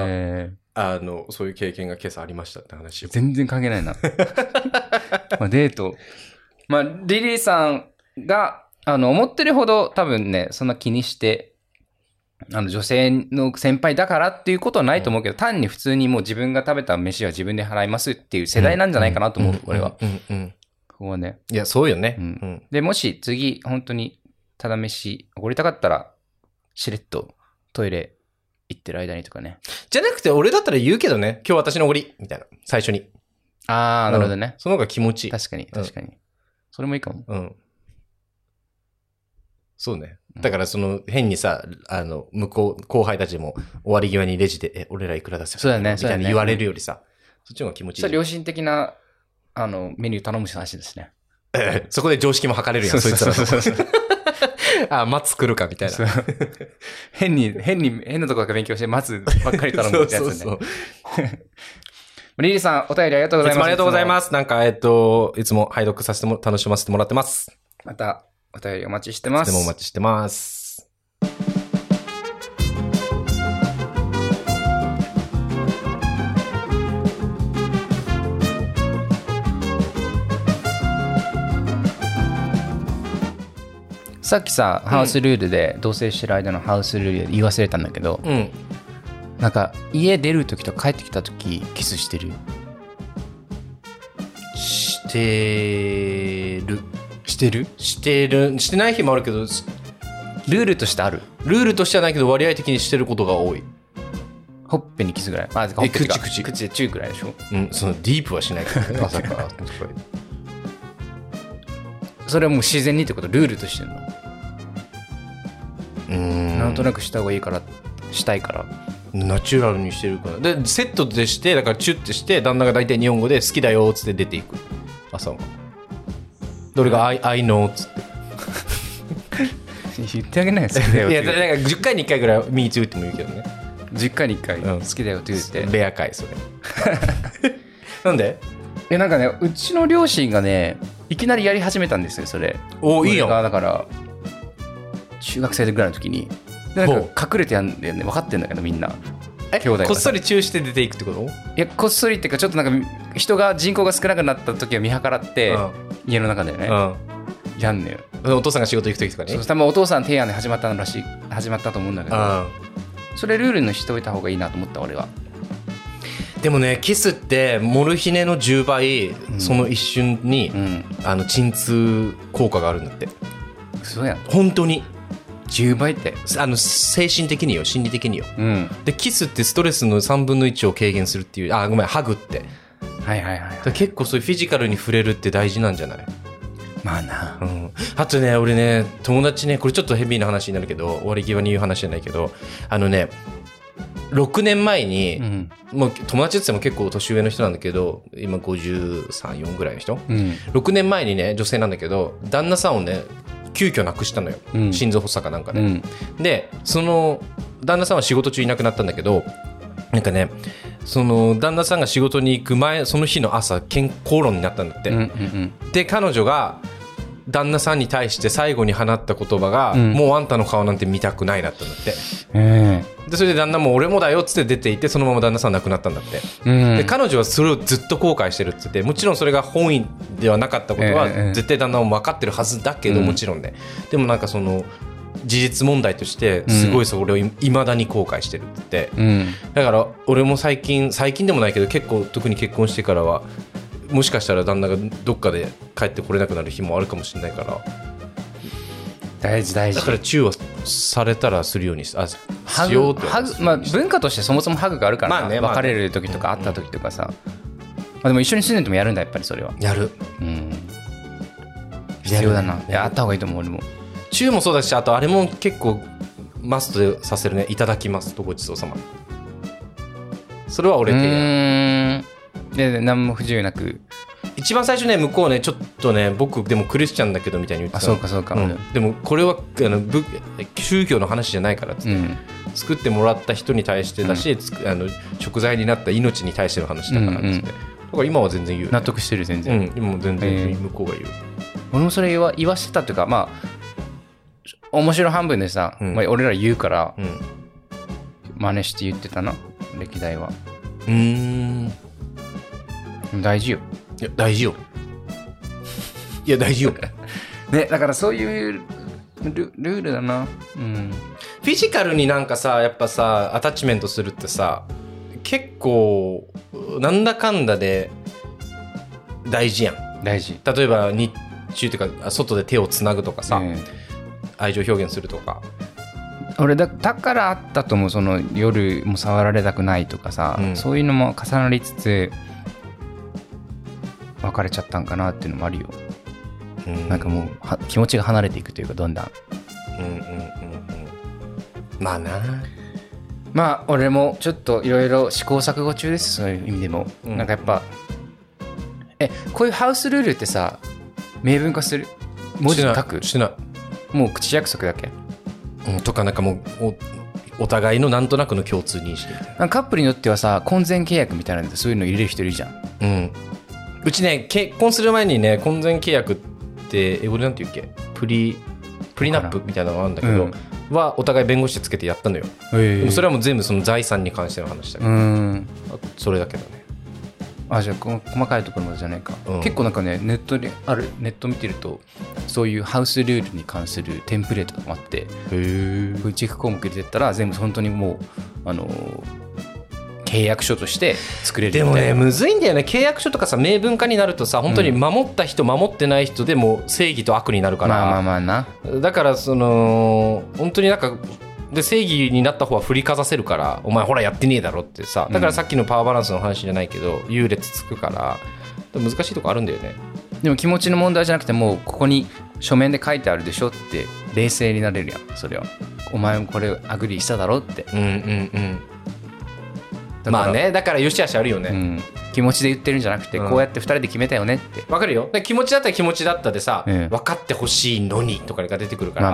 そういう経験が今朝ありましたって話を。 全然関係ないな。まあデート。まあ、リリーさんが、思ってるほど多分ね、そんな気にして、女性の先輩だからっていうことはないと思うけど、単に普通にもう自分が食べた飯は自分で払いますっていう世代なんじゃないかなと思う、俺は。ここはね。 いや、そうよね。 で、もし次、本当に、ただ飯、おごりたかったら、しれっとトイレ行ってる間にとかね。 じゃなくて、俺だったら言うけどね、今日私のおごり、みたいな。最初に。 なるほどね。 その方が気持ちいい。 確かに。それもいいかも。 そうね。だから変にさ、後輩たちも終わり際にレジで、俺らいくら出せそうだね。 みたいな言われるよりさ、そっちの方が気持ちいい。 それ良心的な、メニュー頼む話ですね。 そこで常識も測れるやん、そいつら。松作るか、みたいな。 変なところから勉強して、松ばっかり頼むってやつね。リリーさん、お便りありがとうございます。いつもありがとうございます。なんか、いつも拝読させて楽しませてもらってます。 また、お便りお待ちしてます。 いつもお待ちしてます。 さっきさ、ハウスルールで、同棲してる間のハウスルールで言い忘れたんだけど、なんか、家出るときと帰ってきたとき、キスしてる？ してる。してない日もあるけど、ルールとしてある？ ルールとしてはないけど、割合的にしてることが多い。 ほっぺにキスぐらい？ほっぺ口でチューぐらいでしょ？ そのディープはしないけどね、朝から。 それはもう自然にってこと？ルールとしてるの？なんとなくした方がいいから、したいから。 ナチュラルにしてるから。で、セットでして、だからチュッてして、旦那が大体日本語で好きだよっつって出ていく。朝は。どれがI know っつって。 言ってあげない好きだよって。 いや、なんか10回に1回ぐらい Me too っても言うけどね。 10回に1回、好きだよって言って。 レア回、それ。なんで？ なんかね、うちの両親がね、いきなりやり始めたんですよ、それ。 いいよ。 だから、中学生ぐらいの時に。で、なんか隠れてやんだよね。分かってんだけど、みんな。兄弟が。 こっそりチューして出ていくってこと？ いや、こっそりっていうか、ちょっとなんか、人口が少なくなった時は見計らって、家の中でね、やんねよ。 お父さんが仕事行く時とかね。 そう、多分お父さん提案で始まったと思うんだけど、それルールにしておいた方がいいなと思った、俺は。 でもね、キスってモルヒネの10倍、その一瞬に、鎮痛効果があるんだって。 そうやん。 本当に 10倍って、 精神的によ、心理的によ。で、キスってストレスの3分の1を軽減するっていう。ごめん、ハグって。結構そういうフィジカルに触れるって大事なんじゃない？ まあな。 あとね、俺ね、友達ね、これちょっとヘビーな話になるけど、終わり際に言う話じゃないけど、6年前に、もう友達って言っても結構年上の人なんだけど、今53、4ぐらいの人、6年前にね、女性なんだけど、旦那さんをね、急遽亡くしたのよ、心臓発作かなんかで、で、その旦那さんは仕事中いなくなったんだけど、なんかね、その旦那さんが仕事に行く前、その日の朝、口論になったんだって、で、彼女が旦那さんに対して最後に放った言葉が、もうあんたの顔なんて見たくないだったんだって、でそれで旦那も俺もだよっつって出ていて、そのまま旦那さん亡くなったんだって、で彼女はそれをずっと後悔してるっつって、もちろんそれが本意ではなかったことは絶対旦那も分かってるはずだけど、もちろんね、でもなんかその事実問題としてすごいそれをいまだに後悔してるって言って、だから俺も最近でもないけど結構特に結婚してからはもしかしたら旦那がどっかで帰ってこれなくなる日もあるかもしれないから、 大事だからチューはされたらするようにしようってハグ、文化としてそもそもハグがあるからね、別れる時とか会った時とかさ、でも一緒に住んでてもやるんだ、やっぱりそれはやる、 必要だな。いや、あった方がいいと思う。俺もチューもそうだし、あとあれも結構マストでさせるね。いただきますとごちそうさま。それは俺提案で、何も不自由なく。 一番最初ね、向こうね、ちょっとね、僕でもクリスチャンだけどみたいに言ってた。 あ、そうか、 でもこれは宗教の話じゃないからっつって、作ってもらった人に対してだし、食材になった命に対しての話だからっつって、だから今は全然言う、 納得してる。全然、 今も全然向こうが言う。 俺もそれ言わせたというか、面白半分でさ、俺ら言うから、真似して言ってたな、歴代は。大事よ。 いや大事よ。いや大事よ。 ね、だからそういうルールだな。 フィジカルになんかさ、やっぱさ、アタッチメントするってさ、結構なんだかんだで大事やん。 大事。 例えば日中っていうか外で手をつなぐとかさ、愛情表現するとか。 俺だからあったと思う。その夜も触られたくないとかさ、そういうのも重なりつつ別れちゃったんかなっていうのもあるよ。なんかもう気持ちが離れていくというか、どんどん。 まあな。 俺もちょっといろいろ試行錯誤中です。そういう意味でも、なんかやっぱこういうハウスルールってさ、明文化する？文字に書く？ してない。 もう口約束だけ？ とかなんかもうお互いのなんとなくの共通認識みたいな。 カップルによってはさ、婚前契約みたいなんでそういうの入れる人いるじゃん。 うちね、結婚する前にね、婚前契約って英語でなんて言うっけ、プリナップみたいなのがあるんだけど、はお互い弁護士つけてやったのよ。でもそれはもう全部その財産に関しての話だけど、それだけだね。 じゃあ細かいところまでじゃないか、結構なんかね、ネット見てるとそういうハウスルールに関するテンプレートとかもあって、チェック項目入れてったら全部本当にもう契約書として作れるみたいな。 でもね、むずいんだよね。契約書とかさ、明文化になるとさ、本当に守った人、守ってない人でも正義と悪になるから。だからその本当になんかで正義になった方は振りかざせるから、お前ほらやってねえだろってさ、だからさっきのパワーバランスの話じゃないけど、優劣つくから難しいとこあるんだよね。 でも気持ちの問題じゃなくて、もうここに書面で書いてあるでしょって冷静になれるやん。それはお前もこれアグリーしただろって。 まあね、だからよしあしあるよね、 気持ちで言ってるんじゃなくて、こうやって2人で決めたよねって。 わかるよ。気持ちだったら気持ちだったでさ、分かってほしいのにとかが出てくるから、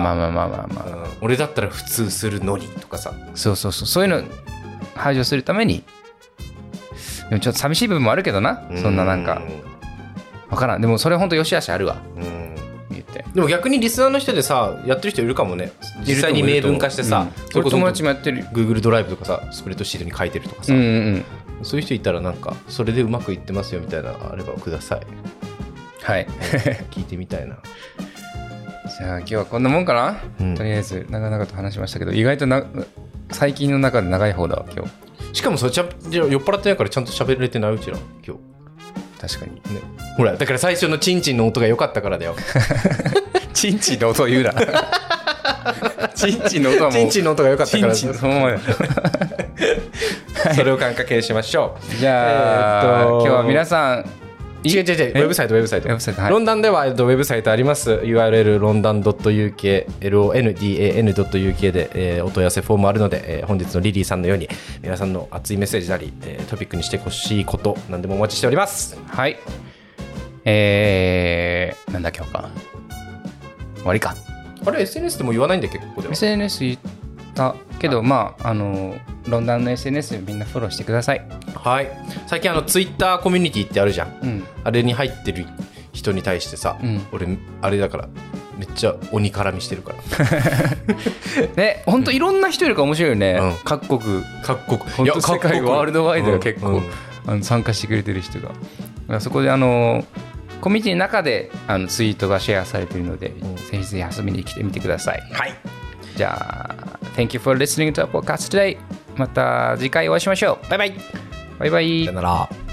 俺だったら普通するのにとかさ、 そういうの排除するために。でもちょっと寂しい部分もあるけどな、そんななんか分からん。でもそれ本当よしあしあるわ。言ってでも逆にリスナーの人でさ、やってる人いるかもね。実際に明文化してさ、 それこそ友達もやってる。 Google ドライブとかさ、スプレッドシートに書いてるとかさ、そういう人いたらなんかそれでうまくいってますよみたいなあればください。 はい聞いてみたいな。 じゃあ今日はこんなもんかな、とりあえず長々と話しましたけど、意外と最近の中で長い方だわ今日。 しかもそれ酔っ払ってないからちゃんと喋れてないうちら今日。 確かにね。 ほらだから最初のチンチンの音が良かったからだよ。 チンチンの音を言うな。チンチンの音はもうチンチンの音が良かったから。 チンチンそのままや。 それを感覚しましょう。 じゃあ、今日は皆さんウェブサイト、はい、ロンダンではウェブサイトあります。 URL ロンダン .uk LONDAN.uk で、お問い合わせフォームあるので、本日のリリーさんのように皆さんの熱いメッセージなり、トピックにしてほしいこと何でもお待ちしております。 はい。なんだ今日か終わりか。 あれ SNS でも言わないんだっけ、ここでは。 SNS 言ったけど、ロンダンの SNS みんなフォローしてください。 はい。最近Twitter コミュニティってあるじゃん、あれに入ってる人に対してさ、俺あれだからめっちゃ鬼絡みしてるからね、ほんといろんな人いるから面白いよね、各国ほんと世界ワールドワイドが結構、参加してくれてる人が、そこでコミュニティの中でツイートがシェアされているので、ぜひぜひ遊びに来てみてください。 はい、 じゃあ Thank you for listening to our podcast today。 また次回お会いしましょう。バイバイ。バイバイ。 さよなら。